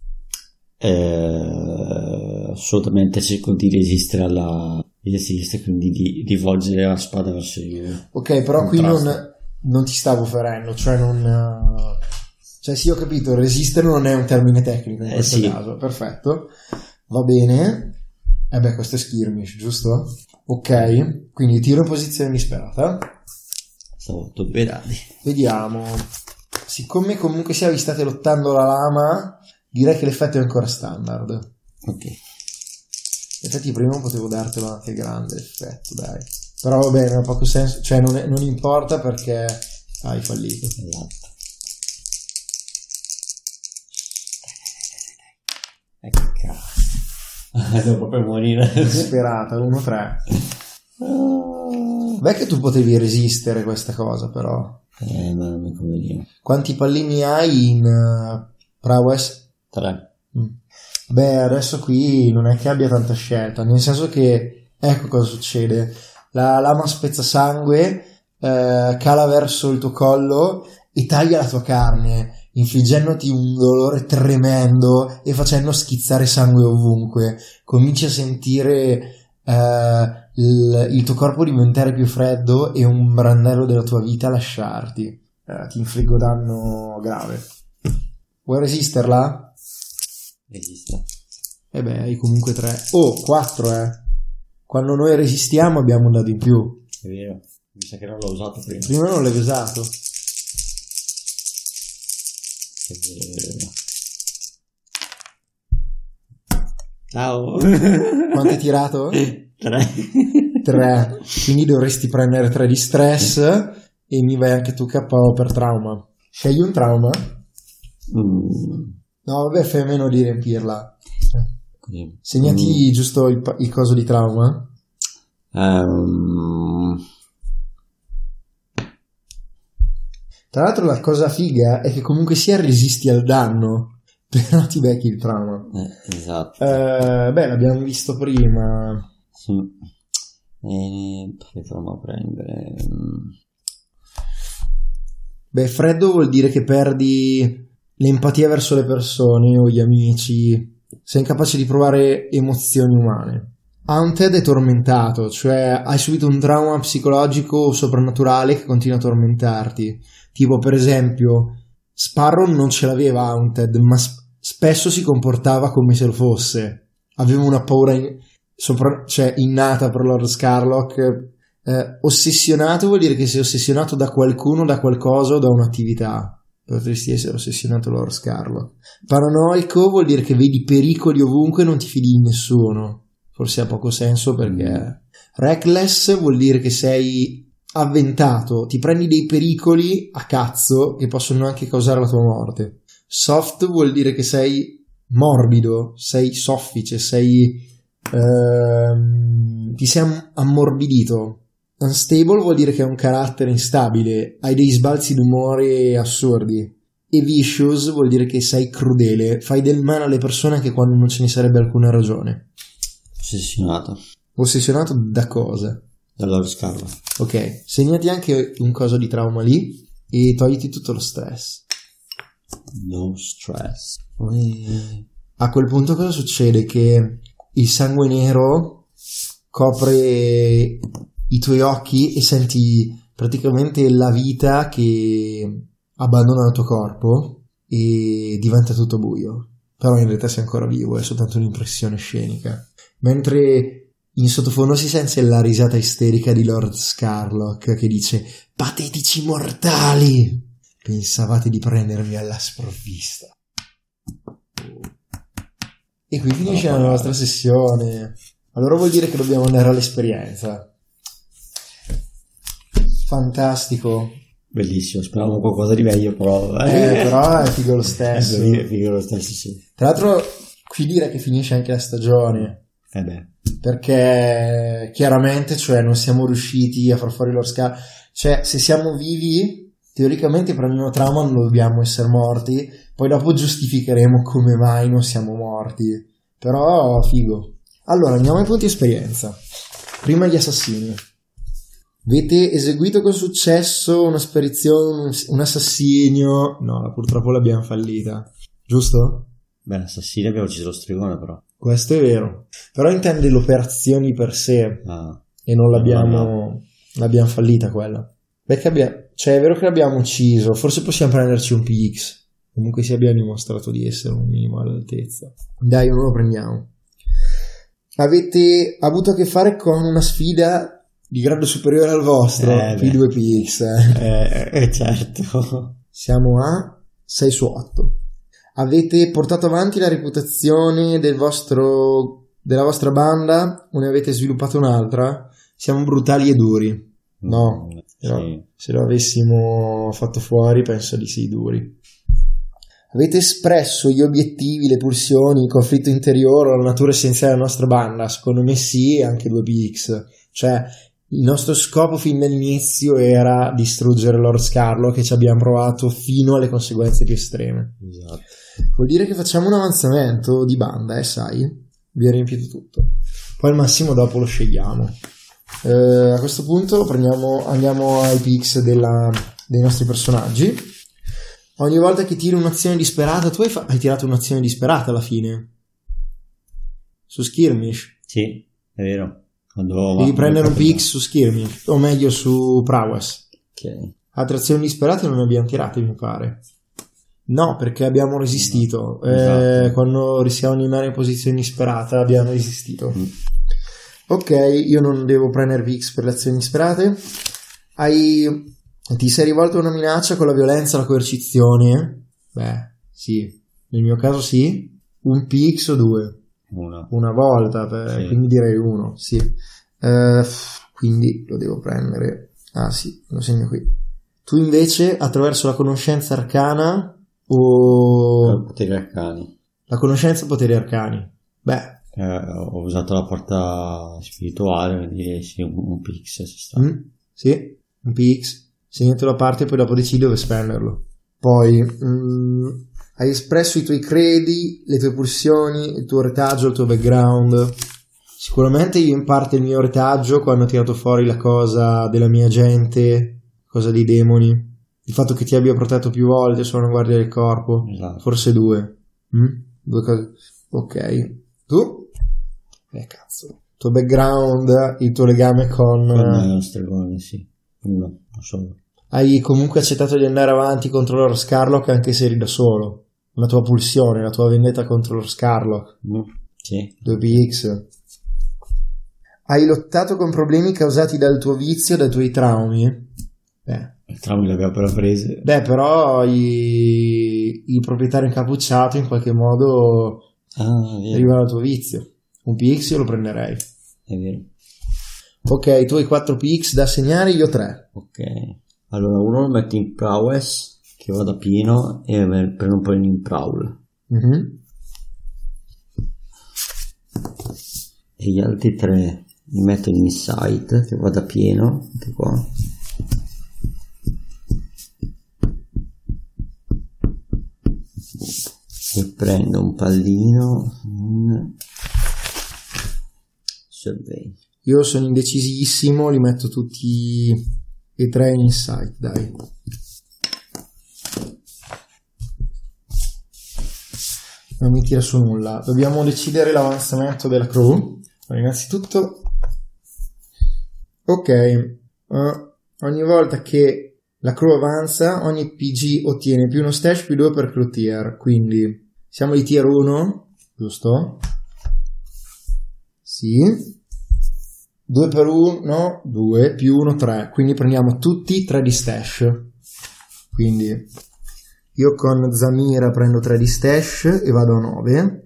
Assolutamente cerco di resistere quindi di rivolgere la spada verso di lui. Ok, però qui non ti stavo ferendo, cioè non... Cioè sì, ho capito, resistere non è un termine tecnico in questo caso. Perfetto, va bene. Questo è skirmish, giusto? Ok, quindi tiro in posizione disperata. Stavo 2 dadi. Vediamo. Siccome comunque sia vi state lottando la lama, direi che l'effetto è ancora standard. Ok. Infatti prima potevo dartelo anche grande l'effetto, dai. Però va bene, ha poco senso, cioè non importa perché hai fallito. Esatto. Che cazzo. Devo proprio morire. Disperata, 1-3. Beh, che tu potevi resistere questa cosa, però. Ma non mi conveniva. Quanti pallini hai in prowess? 3. Beh, adesso qui non è che abbia tanta scelta, nel senso che, ecco cosa succede. La lama spezzasangue cala verso il tuo collo e taglia la tua carne, infliggendoti un dolore tremendo e facendo schizzare sangue ovunque. Cominci a sentire il tuo corpo diventare più freddo e un brandello della tua vita lasciarti. Ti infliggo danno grave. Vuoi resisterla? Resiste. E beh, hai comunque 3. 4, Quando noi resistiamo abbiamo un dado in più. È vero, mi sa che non l'ho usato prima. Prima non l'avevi usato. È vero. Ciao. Quanto hai tirato? 3. 3. Quindi dovresti prendere 3 di stress e mi vai anche tu KO per trauma. Scegli un trauma? No, vabbè, fai a meno di riempirla. Segnati giusto il coso di trauma. Tra l'altro la cosa figa è che comunque sia resisti al danno, però ti becchi il trauma. Esatto. Beh, l'abbiamo visto prima. Sì. Che trauma prendere? Beh, freddo vuol dire che perdi l'empatia verso le persone o gli amici. Sei incapace di provare emozioni umane. Haunted è tormentato, cioè hai subito un trauma psicologico o soprannaturale che continua a tormentarti. Tipo, per esempio, Sparrow non ce l'aveva Haunted, ma spesso si comportava come se lo fosse. Aveva una paura innata per Lord Scarlock. Ossessionato vuol dire che sei ossessionato da qualcuno, da qualcosa o da un'attività. Potresti essere ossessionato Lord Scarlock. Paranoico vuol dire che vedi pericoli ovunque e non ti fidi di nessuno. Forse ha poco senso perché... Reckless vuol dire che sei avventato, ti prendi dei pericoli a cazzo che possono anche causare la tua morte. Soft vuol dire che sei morbido, sei soffice, ti sei ammorbidito. Unstable vuol dire che hai un carattere instabile, hai dei sbalzi d'umore assurdi. E vicious vuol dire che sei crudele, fai del male alle persone anche quando non ce ne sarebbe alcuna ragione. Ossessionato da cosa? Da Lord Scarlock. Ok, segnati anche un coso di trauma lì e togliti tutto lo stress. No stress. A quel punto cosa succede? Che il sangue nero copre i tuoi occhi e senti praticamente la vita che abbandona il tuo corpo e diventa tutto buio. Però in realtà sei ancora vivo, è soltanto un'impressione scenica. Mentre in sottofondo si sente la risata isterica di Lord Scarlock che dice: patetici mortali, pensavate di prendermi alla sprovvista. E qui finisce la nostra sessione. Allora vuol dire che dobbiamo andare all'esperienza. Fantastico. Bellissimo, speravo qualcosa di meglio, però però è figo lo stesso. È figo lo stesso, sì. Tra l'altro qui direi che finisce anche la stagione. Perché chiaramente, cioè, non siamo riusciti a far fuori lo cioè, se siamo vivi teoricamente prendiamo trauma, non dobbiamo essere morti, poi dopo giustificheremo come mai non siamo morti, però figo. Allora andiamo ai punti esperienza. Prima gli assassini. Avete eseguito con successo una sparizione, un assassinio? No, purtroppo l'abbiamo fallita, giusto? Beh, l'assassino abbiamo ucciso lo stregone, però. Questo è vero, però intende l'operazione per sé e non l'abbiamo fallita quella. Perché cioè è vero che l'abbiamo ucciso, forse possiamo prenderci un PX. Comunque sì, abbiamo dimostrato di essere un minimo all'altezza. Dai, non lo prendiamo. Avete avuto a che fare con una sfida di grado superiore al vostro, più 2 PX. Certo. Siamo a 6 su 8. Avete portato avanti la reputazione della vostra banda o ne avete sviluppato un'altra? siamo brutali e duri. No, sì. se lo avessimo fatto fuori penso di sì, duri. Avete espresso gli obiettivi, le pulsioni, il conflitto interiore, la natura essenziale della nostra banda? Secondo me sì, anche 2px. Cioè, il nostro scopo fin dall'inizio era distruggere Lord Scarlock e ci abbiamo provato fino alle conseguenze più estreme. Esatto. Vuol dire che facciamo un avanzamento di banda, sai? Vi ho riempito tutto. Poi al massimo dopo lo scegliamo. A questo punto andiamo ai pix dei nostri personaggi. Ogni volta che tiri un'azione disperata, tu hai tirato un'azione disperata alla fine su Skirmish. Sì, è vero. Devi prendere un pix su Skirmish, o meglio su Prowess. Ok. Altre azioni disperate non ne abbiamo tirate, mi pare. No, perché abbiamo resistito. Esatto. Quando rischiamo di andare in posizione disperata abbiamo resistito. Ok, io non devo prendere pix per le azioni disperate. Ti sei rivolto a una minaccia con la violenza e la coercizione? Beh, sì. Nel mio caso sì. Un pix o 2? Una volta, sì. Quindi direi 1, sì. Quindi lo devo prendere. Ah sì, lo segno qui. Tu invece, attraverso la conoscenza arcana o... poteri arcani. La conoscenza poteri arcani. Beh. Ho usato la porta spirituale, quindi sì, un pix si sta. Sì, un pix. Segnatelo a parte e poi dopo decidi dove spenderlo. Poi hai espresso i tuoi credi, le tue pulsioni, il tuo retaggio, il tuo background. Sicuramente io in parte il mio retaggio quando ho tirato fuori la cosa della mia gente, cosa dei demoni, il fatto che ti abbia protetto più volte, sono una guardia del corpo. Esatto. Forse 2. 2 cose. Ok. Tu? Cazzo. Il tuo background, il tuo legame con lo stregone, sì. No, solo. Hai comunque accettato di andare avanti contro Lord Scarlock anche se eri da solo. Una tua pulsione, la tua vendetta contro Lord Scarlock. Sì. 2px. Hai lottato con problemi causati dal tuo vizio, dai tuoi traumi? I traumi li abbiamo però presi. Però il proprietario incappucciato in qualche modo arriva dal tuo vizio. Un px io lo prenderei. È vero. Ok, tu hai 4 px da segnare, io 3. Ok, allora uno lo metto in prowess, che vado a pieno, e prendo un po' in prowl. E gli altri 3 li metto in insight, che vado a pieno, anche qua. E prendo un pallino, survey. Io sono indecisissimo, li metto tutti e 3 in insight, dai. Non mi tira su nulla. Dobbiamo decidere l'avanzamento della crew. Allora, innanzitutto, ok, ogni volta che la crew avanza, ogni PG ottiene più uno stash più 2 per crew tier. Quindi siamo di tier 1, giusto? Sì. 2 per 1, 2 più 1, 3. Quindi prendiamo tutti 3 di stash. Quindi io con Zamira prendo 3 di stash e vado a 9.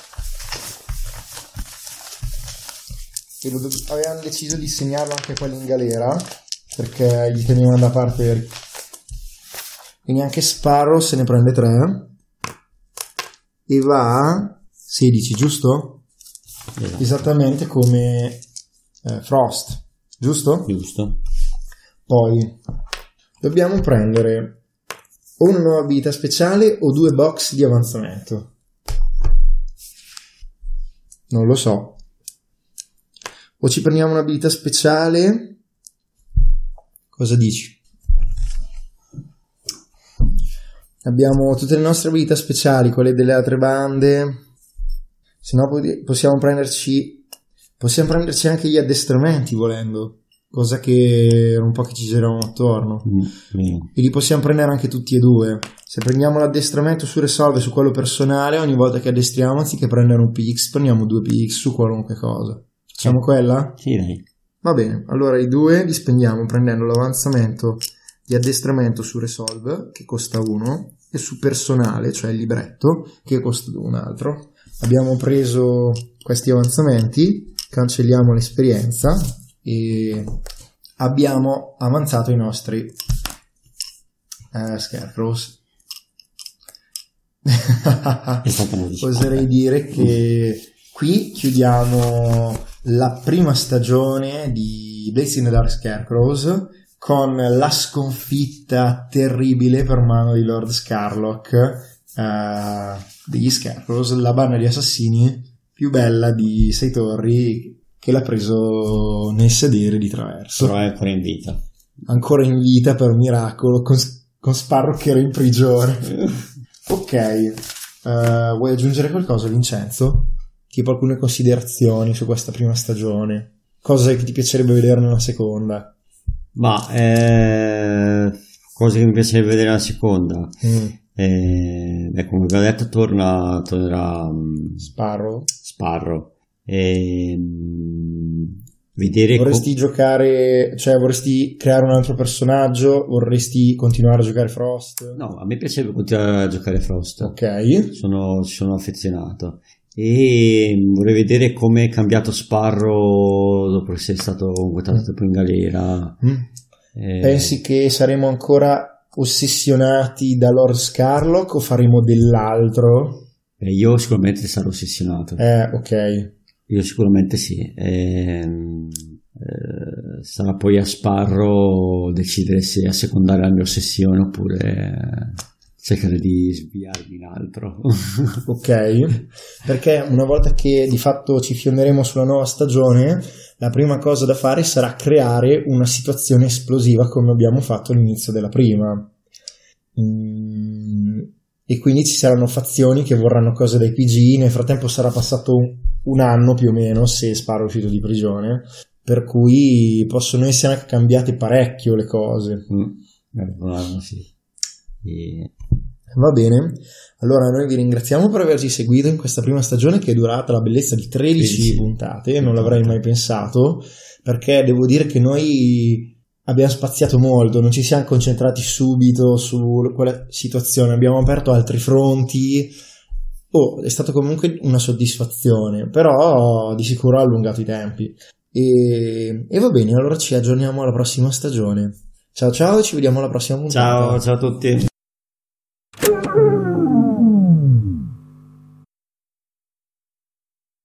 E avevano deciso di segnarlo anche quelli in galera perché gli tenevano da parte. Quindi anche Sparrow se ne prende 3 e va a 16, giusto? Esattamente come Frost, giusto? Giusto. Poi dobbiamo prendere o una nuova abilità speciale o 2 box di avanzamento. Non lo so. O ci prendiamo un'abilità speciale. Cosa dici? Abbiamo tutte le nostre abilità speciali, quelle delle altre bande. Se no possiamo prenderci anche gli addestramenti volendo, cosa che un po' che ci giravamo attorno. E li possiamo prendere anche tutti e 2. Se prendiamo l'addestramento su Resolve su quello personale, ogni volta che addestriamo anziché prendere un PX prendiamo 2 PX su qualunque cosa. Facciamo quella? Sì, dai. Va bene, allora i 2 li spendiamo prendendo l'avanzamento di addestramento su Resolve che costa 1 e su personale, cioè il libretto, che costa un altro. Abbiamo preso questi avanzamenti, cancelliamo l'esperienza e abbiamo avanzato i nostri Scarecrows. Oserei dire che qui chiudiamo la prima stagione di Blades in the Dark Scarecrows con la sconfitta terribile per mano di Lord Scarlock degli Scarecrows, la banda di assassini più bella di Sei Torri, che l'ha preso nel sedere di traverso. Però è ancora in vita per miracolo, con Sparrow che era in prigione. Ok, vuoi aggiungere qualcosa, Vincenzo? Tipo alcune considerazioni su questa prima stagione? Cosa che ti piacerebbe vedere nella seconda? Ma cose che mi piacerebbe vedere nella seconda? Come vi ho detto, tornerà Sparrow. Vedere vorresti giocare, cioè vorresti creare un altro personaggio? Vorresti continuare a giocare Frost? No, a me piacerebbe continuare a giocare Frost. Ok. Sono affezionato e vorrei vedere come è cambiato Sparrow dopo essere stato tanto tempo in galera. Pensi che saremo ancora ossessionati da Lord Scarlock o faremo dell'altro? Io sicuramente sarò ossessionato. Ok. Io sicuramente sì. Sarà poi a Sparrow decidere se assecondare la mia ossessione oppure cercare di sviarmi in altro. Ok, perché una volta che di fatto ci fionderemo sulla nuova stagione, la prima cosa da fare sarà creare una situazione esplosiva come abbiamo fatto all'inizio della prima. E quindi ci saranno fazioni che vorranno cose dai PG. Nel frattempo sarà passato un anno più o meno, se Sparrow è uscito di prigione, per cui possono essere anche cambiate parecchio le cose. Sì. Va bene, allora noi vi ringraziamo per averci seguito in questa prima stagione che è durata la bellezza di 13 puntate. Non l'avrei mai pensato, perché devo dire che noi abbiamo spaziato molto, non ci siamo concentrati subito su quella situazione, abbiamo aperto altri fronti. È stato comunque una soddisfazione, però di sicuro ha allungato i tempi. E va bene, allora ci aggiorniamo alla prossima stagione. Ciao, ci vediamo alla prossima puntata. Ciao a tutti.